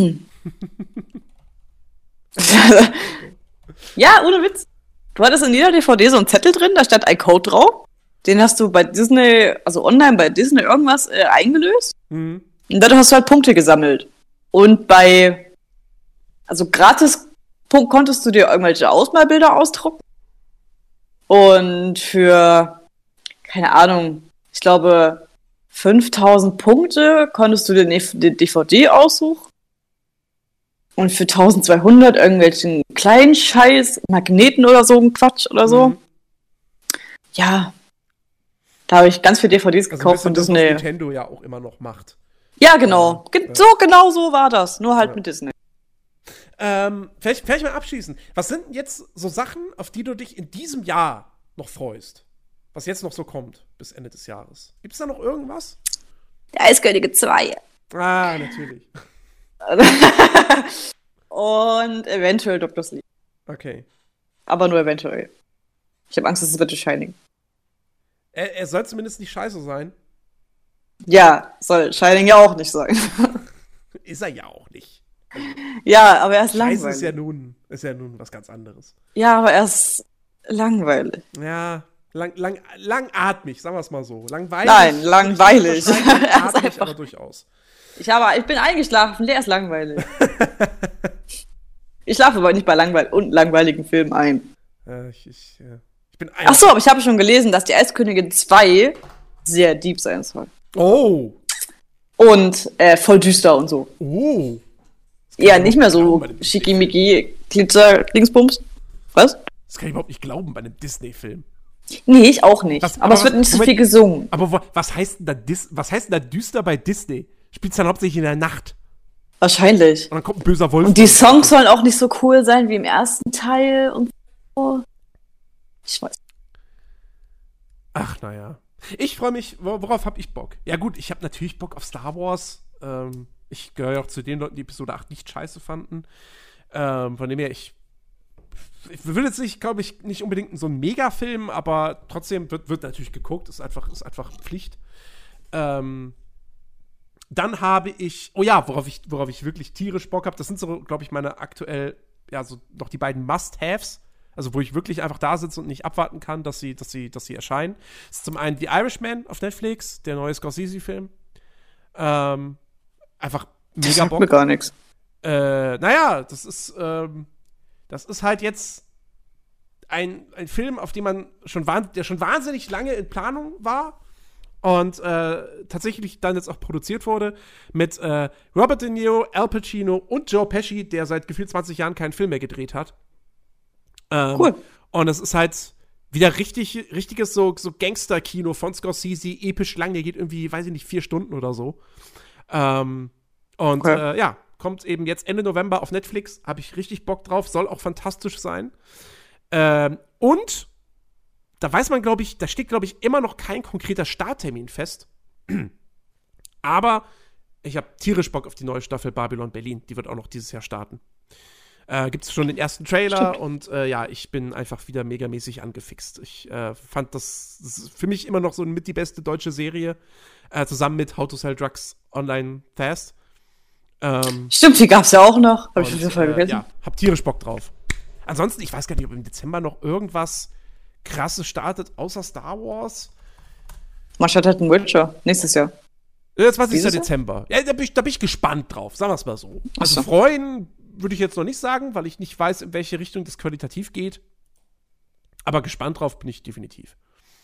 Ja, ohne Witz. Du hattest in jeder D V D so einen Zettel drin, da stand ein Code drauf. Den hast du bei Disney, also online bei Disney irgendwas äh, eingelöst. mhm. Und dadurch hast du halt Punkte gesammelt. Und bei, also gratis Punkt konntest du dir irgendwelche Ausmalbilder ausdrucken. Und für, keine Ahnung, ich glaube, fünftausend Punkte konntest du dir eine D V D aussuchen. Und für eintausendzweihundert irgendwelchen kleinen Scheiß, Magneten oder so, ein Quatsch oder so. Mhm. Ja. Da habe ich ganz viele D V Ds Also ein gekauft bisschen von das, was Disney. Nintendo ja auch immer noch macht. Ja, genau. Ge Ja. So genau so war das. Nur halt Ja. mit Disney. Ähm, vielleicht, vielleicht mal abschließen. Was sind denn jetzt so Sachen, auf die du dich in diesem Jahr noch freust? Was jetzt noch so kommt bis Ende des Jahres? Gibt es da noch irgendwas? Der Eiskönige zwei. Ah, natürlich. Und eventuell Doktor Sleep. Okay. Aber nur eventuell. Ich habe Angst, dass es wird The Shining. Er, er soll zumindest nicht scheiße sein. Ja, soll Shining ja auch nicht sein. Ist er ja auch nicht. Ja, aber er ist Scheiße langweilig. ist ja nun, ist ja nun was ganz anderes. Ja, aber er ist langweilig. Ja, lang, lang, langatmig, sagen wir es mal so. Langweilig. Nein, langweilig. Er ist einfach- einfach aber durchaus. Ich, habe, ich bin eingeschlafen, der ist langweilig. Ich schlafe aber nicht bei langweil und langweiligen Filmen ein. Äh, ich, ich, ja. ich bin Ach so, aber ich habe schon gelesen, dass die Eiskönigin zwei sehr deep sein soll. Oh. Und äh, voll düster und so. Oh. Eher nicht mehr glauben so bei dem schickimicki, Glitzer, Dingsbums. Was? Das kann ich überhaupt nicht glauben bei einem Disney-Film. Nee, ich auch nicht. Was- aber, aber es wird was- nicht so Moment. viel gesungen. Aber wo, was heißt denn da Dis, was heißt denn da düster bei Disney? Spielt's dann hauptsächlich in der Nacht. Wahrscheinlich. Und dann kommt ein böser Wolf. Und die Songs sollen auch nicht so cool sein wie im ersten Teil und so. Ich weiß. Ach, naja. Ich freue mich, wor- worauf habe ich Bock? Ja gut, ich habe natürlich Bock auf Star Wars. Ähm, ich gehöre ja auch zu den Leuten, die Episode acht nicht scheiße fanden. Ähm, von dem her, ich, ich will jetzt nicht, glaube ich, nicht unbedingt so ein Mega-Film, aber trotzdem wird, wird natürlich geguckt. Ist einfach, ist einfach Pflicht. Ähm, dann habe ich, oh ja, worauf ich, worauf ich wirklich tierisch Bock habe, das sind so, glaube ich, meine aktuell, ja, so noch die beiden Must-Haves. Also, wo ich wirklich einfach da sitze und nicht abwarten kann, dass sie, dass sie, dass sie erscheinen. Das ist zum einen The Irishman auf Netflix, der neue Scorsese-Film. Ähm, einfach Das mega sagt mir Bock. gar nichts. Äh, naja, das ist, ähm, das ist halt jetzt ein, ein Film, auf den man schon, wahn- der schon wahnsinnig lange in Planung war und äh, tatsächlich dann jetzt auch produziert wurde mit äh, Robert De Niro, Al Pacino und Joe Pesci, der seit gefühlt zwanzig Jahren keinen Film mehr gedreht hat. Ähm, Cool. Und es ist halt wieder richtig, richtiges so, so Gangster-Kino von Scorsese, episch lang, der geht irgendwie, weiß ich nicht, vier Stunden oder so. Ähm, und Okay. äh, ja, kommt eben jetzt Ende November auf Netflix, habe ich richtig Bock drauf, soll auch fantastisch sein. Ähm, und da weiß man, glaube ich, da steht, glaube ich, immer noch kein konkreter Starttermin fest. Aber ich habe tierisch Bock auf die neue Staffel Babylon Berlin. Die wird auch noch dieses Jahr starten. Äh, Gibt es schon den ersten Trailer und äh, ja, ich bin einfach wieder megamäßig angefixt. Ich äh, fand das, das ist für mich immer noch so mit die beste deutsche Serie, äh, zusammen mit How to Sell Drugs Online Fast. Ähm, Stimmt, die gab's ja auch noch. Hab ich schon und, wieder voll äh, vergessen. ja, hab tierisch Bock drauf. Ansonsten, ich weiß gar nicht, ob im Dezember noch irgendwas Krasses startet, außer Star Wars. Man startet einen Witcher. Nächstes Jahr. Jetzt zwanzigster Dieses Jahr? Dezember. Ja, da bin, ich, da bin ich gespannt drauf, sagen wir es mal so. Also Ach so. freuen würde ich jetzt noch nicht sagen, weil ich nicht weiß, in welche Richtung das qualitativ geht. Aber gespannt drauf bin ich definitiv.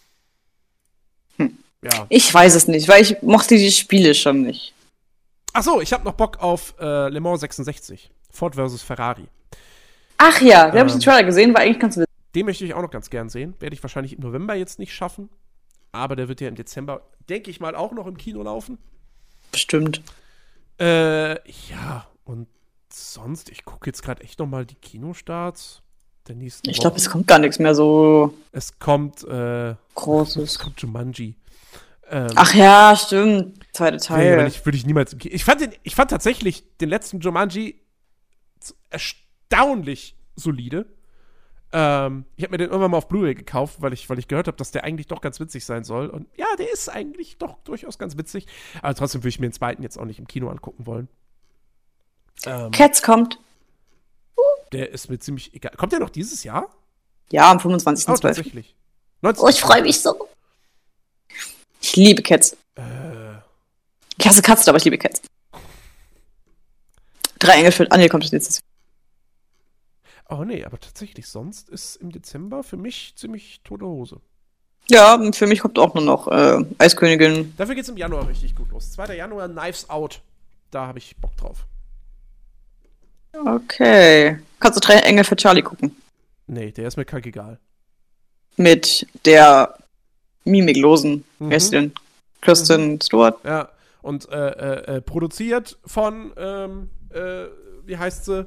Hm. Ja. Ich weiß es nicht, weil ich mochte die Spiele schon nicht. Ach so, ich habe noch Bock auf äh, Le Mans sechsundsechzig. Ford versus Ferrari. Ach ja, da Ähm. habe ich den Trailer gesehen, war eigentlich ganz witzig. Den möchte ich auch noch ganz gern sehen. Werde ich wahrscheinlich im November jetzt nicht schaffen. Aber der wird ja im Dezember, denke ich mal, auch noch im Kino laufen. Bestimmt. Äh, ja, und sonst, ich gucke jetzt gerade echt noch mal die Kinostarts der nächsten Ich glaube, Wochen. es kommt gar nichts mehr so Es kommt, äh, es Großes. kommt Jumanji. Ähm, Ach ja, stimmt. Zweite nee, Teil. aber ich, würde ich niemals im Kino. Ich fand, den, ich fand tatsächlich den letzten Jumanji z- erstaunlich solide. Ähm, ich habe mir den irgendwann mal auf Blu-ray gekauft, weil ich, weil ich gehört habe, dass der eigentlich doch ganz witzig sein soll. Und ja, der ist eigentlich doch durchaus ganz witzig. Aber trotzdem würde ich mir den zweiten jetzt auch nicht im Kino angucken wollen. Ähm, Cats kommt. Der ist mir ziemlich egal. Kommt der noch dieses Jahr? Ja, am Oh, fünfundzwanzigsten zwölften tatsächlich. neunzehn Oh, ich freue mich so. Ich liebe Cats. Äh, Ich hasse Katzen, aber ich liebe Cats. Drei Engel für. Ah, nee, kommt jetzt. oh nee, aber tatsächlich, sonst ist im Dezember für mich ziemlich tote Hose. Ja, und für mich kommt auch nur noch äh, Eiskönigin. Dafür geht's im Januar richtig gut los. zweiter Januar, Knives Out. Da habe ich Bock drauf. Okay. Kannst du drei Engel für Charlie gucken? Nee, der ist mir kackegal. Mit der mimiklosen, Mhm. wer ist sie denn? Kristen Stewart. Ja, und äh, äh, äh, produziert von, ähm, äh, wie heißt sie?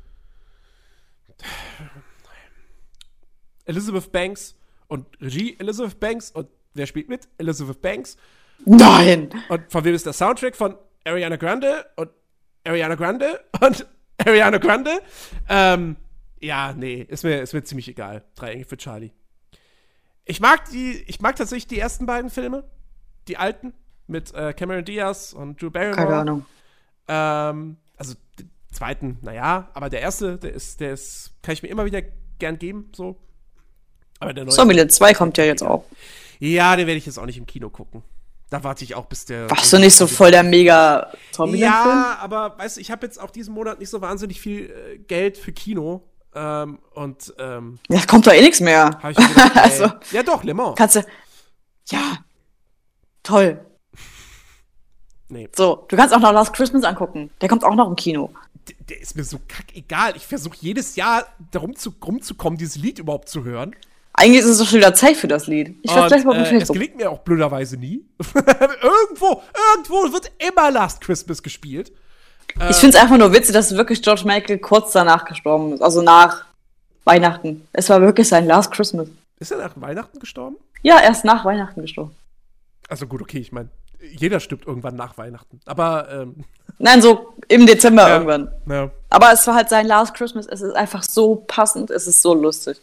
Elizabeth Banks und Regie Elizabeth Banks und wer spielt mit? Elizabeth Banks. Nein! Und von wem ist der Soundtrack? Von Ariana Grande und Ariana Grande und Ariana Grande. Ähm, ja, nee, ist mir, ist mir ziemlich egal. Drei Engel für Charlie. Ich mag die, ich mag tatsächlich die ersten beiden Filme. Die alten. mit äh, Cameron Diaz und Drew Barrymore. Keine Ahnung. Ähm, also den zweiten, naja, aber der erste, der ist, der ist, kann ich mir immer wieder gern geben, so. Aber der neue. Zombieland zwei kommt ja jetzt auch. Ja, den werde ich jetzt auch nicht im Kino gucken. Da warte ich auch, bis der. Warst du nicht so voll der mega Zombieland-Film? Ja, aber weißt du, ich habe jetzt auch diesen Monat nicht so wahnsinnig viel äh, Geld für Kino. Ähm, und ähm, Ja, kommt doch eh nichts mehr. hab ich mir gedacht, ey, Also, ja doch, Le Mans. kannst du. Ja. Toll. Nee, So, du kannst auch noch Last Christmas angucken. Der kommt auch noch im Kino. der, der ist mir so kackegal. Ich versuche jedes Jahr darum zu, rumzukommen, dieses Lied überhaupt zu hören. Eigentlich ist es doch schon wieder Zeit für das Lied. Ich Und, weiß gleich mal auf äh, es Facebook. gelingt mir auch blöderweise nie. irgendwo, irgendwo wird immer Last Christmas gespielt. Ich finde es einfach nur witzig, dass wirklich George Michael kurz danach gestorben ist. Also nach Weihnachten. Es war wirklich sein Last Christmas. Ist er nach Weihnachten gestorben? Ja, erst nach Weihnachten gestorben. Also gut, okay, ich meine, jeder stirbt irgendwann nach Weihnachten. Aber, ähm, Nein, so im Dezember ja, irgendwann. Ja. Aber es war halt sein Last Christmas. Es ist einfach so passend. Es ist so lustig.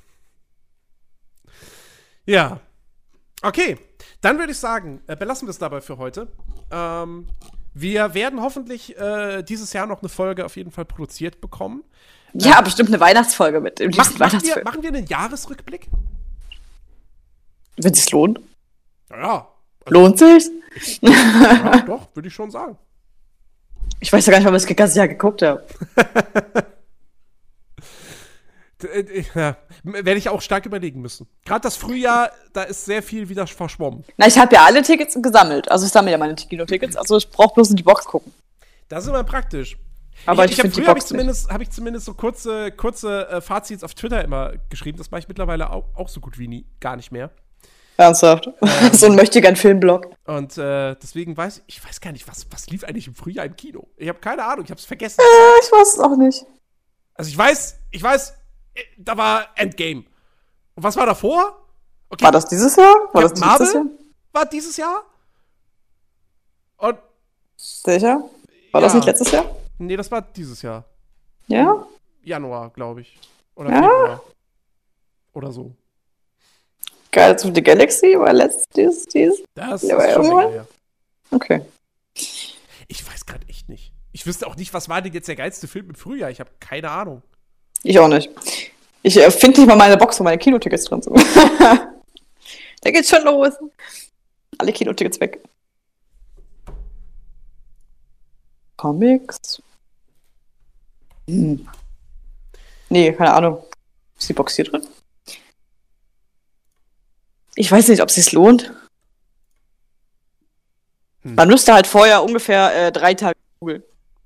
Ja. Okay, dann würde ich sagen, äh, belassen wir es dabei für heute. Ähm, wir werden hoffentlich äh, dieses Jahr noch eine Folge auf jeden Fall produziert bekommen. Ja, bestimmt eine Weihnachtsfolge mit dem Mach, liebsten machen, wir, Weihnachtsfilm. machen wir einen Jahresrückblick? Wenn es sich lohnt. Ja, Lohnt sich's? ja doch, würde ich schon sagen. Ich weiß ja gar nicht, ob ich das ganze Jahr geguckt habe. Ja, werde ich auch stark überlegen müssen. Gerade das Frühjahr, da ist sehr viel wieder verschwommen. Na, ich habe ja alle Tickets gesammelt. Also ich sammle ja meine Kino-Tickets. Also ich brauche bloß in die Box gucken. Das ist immer praktisch. Aber ich, ich, ich hab, finde die früher habe ich, Box nicht. zumindest- hab ich zumindest so kurze, kurze äh, Fazits auf Twitter immer geschrieben. Das mache ich mittlerweile auch, auch so gut wie nie, gar nicht mehr. Ernsthaft. Ähm. So ein möchtegern Filmblog. Und äh, deswegen weiß ich, ich weiß gar nicht, was, was lief eigentlich im Frühjahr im Kino. Ich habe keine Ahnung, ich habe es vergessen. Äh, ich weiß es auch nicht. Also ich weiß, ich weiß, äh, da war Endgame. Und was war davor? Okay, War das dieses Jahr? War das Captain dieses Jahr? Marvel war dieses Jahr? Und Sicher? War Ja. das nicht letztes Jahr? nee, das war dieses Jahr. Ja? Januar, glaube ich. Oder Ja? Februar. Oder so. Guardians of the Galaxy war letztes, dieses, dieses? Das Ja, aber ist schon irgendwann? länger her. Okay. Ich weiß gerade echt nicht. Ich wüsste auch nicht, was war denn jetzt der geilste Film im Frühjahr. Ich habe keine Ahnung. Ich auch nicht. Ich äh, finde nicht mal meine Box, wo meine Kinotickets drin sind. Da geht's schon los. Alle Kinotickets weg. Comics? Hm. Nee, keine Ahnung. Ist die Box hier drin? Ich weiß nicht, ob es sich lohnt. Hm. Man müsste halt vorher ungefähr äh, drei Tage googeln.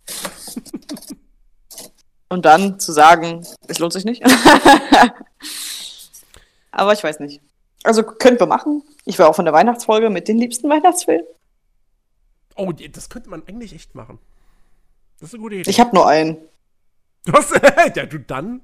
Und dann zu sagen, es lohnt sich nicht. Aber ich weiß nicht. Also können wir machen. Ich war auch von der Weihnachtsfolge mit den liebsten Weihnachtsfilmen. Oh, das könnte man eigentlich echt machen. Das ist eine gute Idee. Ich habe nur einen. Du hast, ja, du dann.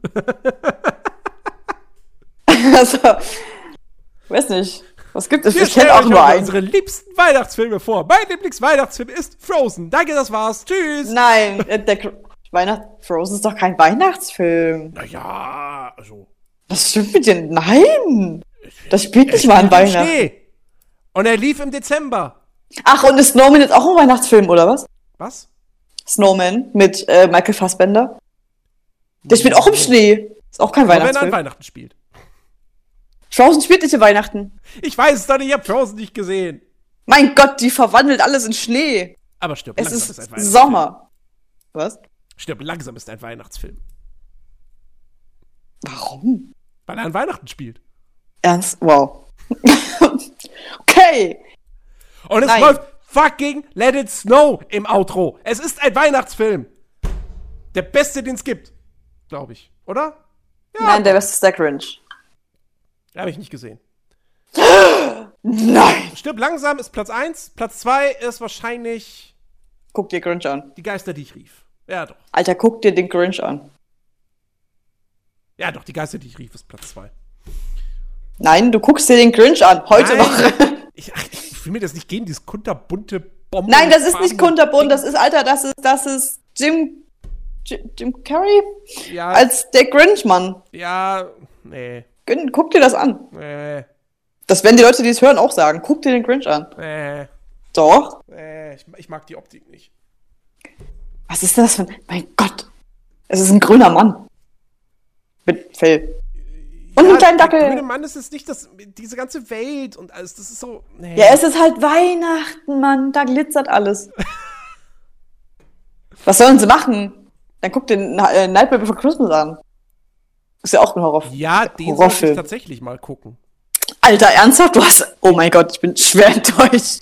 Also, weiß nicht. Was gibt es? Wir Ich kenne stellen auch euch nur heute einen. unsere liebsten Weihnachtsfilme vor. Mein Lieblingsweihnachtsfilm ist Frozen. Danke, das war's. Tschüss. Nein, äh, der Kr- Weihnacht Frozen ist doch kein Weihnachtsfilm. Naja, also. Was stimmt mit dir? Nein! Das spielt er nicht mal an spielt im Weihnachten. Schnee. Und er lief im Dezember. Ach, und ist Snowman jetzt auch ein Weihnachtsfilm, oder was? Was? Snowman mit äh, Michael Fassbender. Der spielt auch im Schnee. Ist auch kein Nur wenn er an Weihnachtsfilm. Weihnachten spielt. Frozen spielt nicht in Weihnachten. Ich weiß es doch nicht, ich hab Frozen nicht gesehen. Mein Gott, die verwandelt alles in Schnee. Aber stirb Es langsam ist ist ein Weihnachtsfilm. Sommer. Was? Stirb langsam ist ein Weihnachtsfilm. Warum? Weil er an Weihnachten spielt. Ernst? Wow. Okay. Und es Nein. läuft fucking Let It Snow im Outro. Es ist ein Weihnachtsfilm. Der beste, den es gibt. Glaube ich. Oder? Ja. Nein, der beste ist der Grinch. Habe ich nicht gesehen. Nein. Stirb langsam ist Platz eins. Platz zwei ist wahrscheinlich Guck dir Grinch an. die Geister, die ich rief. Ja, doch. Alter, guck dir den Grinch an. Ja, doch, die Geister, die ich rief, ist Platz zwei. Nein, du guckst dir den Grinch an. Heute Nein. noch. Ich, ach, ich will mir das nicht geben, dieses kunterbunte Bomben. Nein, das ist nicht kunterbunt. Das ist, Alter, das ist, das ist Jim, Jim, Jim Carrey Ja, als der Grinch, Mann. ja, nee, Guck dir das an. nee, Das werden die Leute, die es hören, auch sagen. Guck dir den Grinch an. nee. Doch. Äh, ich, ich mag die Optik nicht. Was ist das für ein... Mein Gott. Es ist ein grüner Mann. Mit Fell. Und ja, einen kleinen der Dackel. grüne Mann ist es nicht, das, diese ganze Welt und alles, das ist so... Nee. Ja, es ist halt Weihnachten, Mann. Da glitzert alles. Was sollen sie machen? Dann guck den äh, Nightmare Before Christmas an. Ist ja auch ein Horror. Ja, den sollte ich Horrorfilm. tatsächlich mal gucken. Alter, ernsthaft? Du hast... Oh mein Gott, ich bin schwer enttäuscht.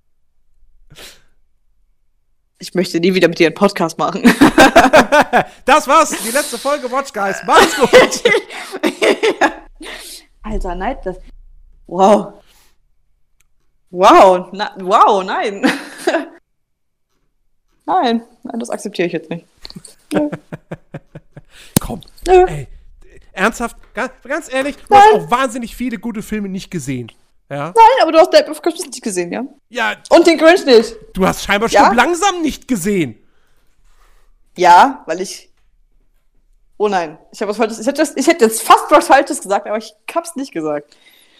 Ich möchte nie wieder mit dir einen Podcast machen. Das war's, die letzte Folge Watch Guys. Macht's gut. Alter, nein, das... Wow. Wow, na, wow, nein. Nein, nein, das akzeptiere ich jetzt nicht. Komm, Nö. ey, ernsthaft, ganz, ganz ehrlich, du Nein. hast auch wahnsinnig viele gute Filme nicht gesehen. Ja? Nein, aber du hast Nightmare Before Christmas nicht gesehen, ja? Ja, Und den Grinch nicht. du hast scheinbar Ja? schon langsam nicht gesehen. Ja, weil ich... Oh nein, ich habe was Falsches... Ich hätte, das, ich hätte jetzt fast was Falsches gesagt, aber ich hab's nicht gesagt.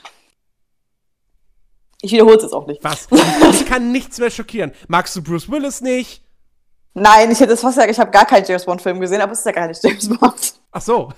Ich wiederhole es jetzt auch nicht. Was? Ich kann nichts mehr schockieren. Magst du Bruce Willis nicht? Nein, ich hätte es fast gesagt, ich habe gar keinen James Bond-Film gesehen, aber es ist ja gar nicht James Bond. Ach so.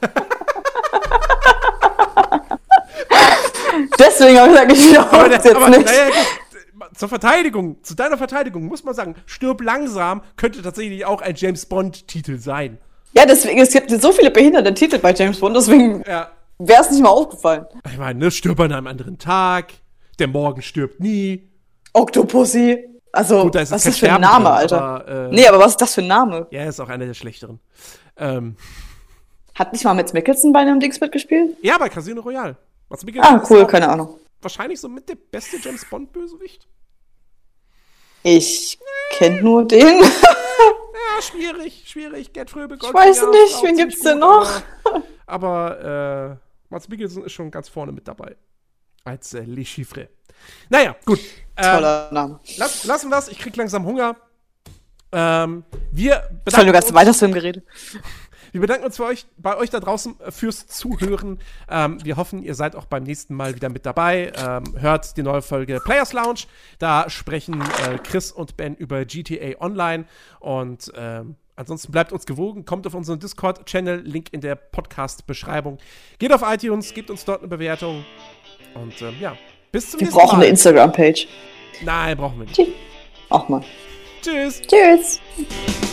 Deswegen habe ich gesagt, ich wiederhole Aber, es jetzt aber nicht. naja, gut. Zur Verteidigung, zu deiner Verteidigung muss man sagen, Stirb langsam könnte tatsächlich auch ein James Bond-Titel sein. Ja, deswegen, es gibt so viele behinderte Titel bei James Bond, deswegen Ja. wäre es nicht mal aufgefallen. Ich meine, ne, Stirb an einem anderen Tag, der Morgen stirbt nie. Octopussy. Also, Gut, da ist was jetzt ist das kein für ein Sterben Name, drin, Alter? aber, äh, Nee, aber was ist das für ein Name? Ja, ist auch einer der schlechteren. Ähm, Hat nicht mal Mads Mikkelsen bei einem Dings mitgespielt? ja, bei Casino Royale. Mads Mikkelsen Ah, ist cool, auch keine Ahnung. wahrscheinlich so mit der beste James Bond-Bösewicht. Ich kenn nur den. Ja, schwierig, schwierig. Gerd Fröbe, Ich weiß nicht, wen gibt's denn noch? Aber, aber äh, Mads Mikkelsen ist schon ganz vorne mit dabei. Als äh, Les Chiffres. Naja, gut. Ähm, Toller Name. lass, lassen wir es, ich krieg langsam Hunger. Ähm, wir Toll, du bedanken hast uns, weiter Film geredet. wir bedanken uns für euch, bei euch da draußen äh, fürs Zuhören. Ähm, wir hoffen, ihr seid auch beim nächsten Mal wieder mit dabei. Ähm, hört die neue Folge Players Lounge. Da sprechen äh, Chris und Ben über G T A Online. Und ähm, ansonsten bleibt uns gewogen. Kommt auf unseren Discord-Channel. Link in der Podcast-Beschreibung. Geht auf iTunes, gebt uns dort eine Bewertung. Und ähm, ja, bis zum Wir nächsten Mal. brauchen eine Instagram-Page. Nein, brauchen wir nicht. Ach mal. Tschüss. Tschüss.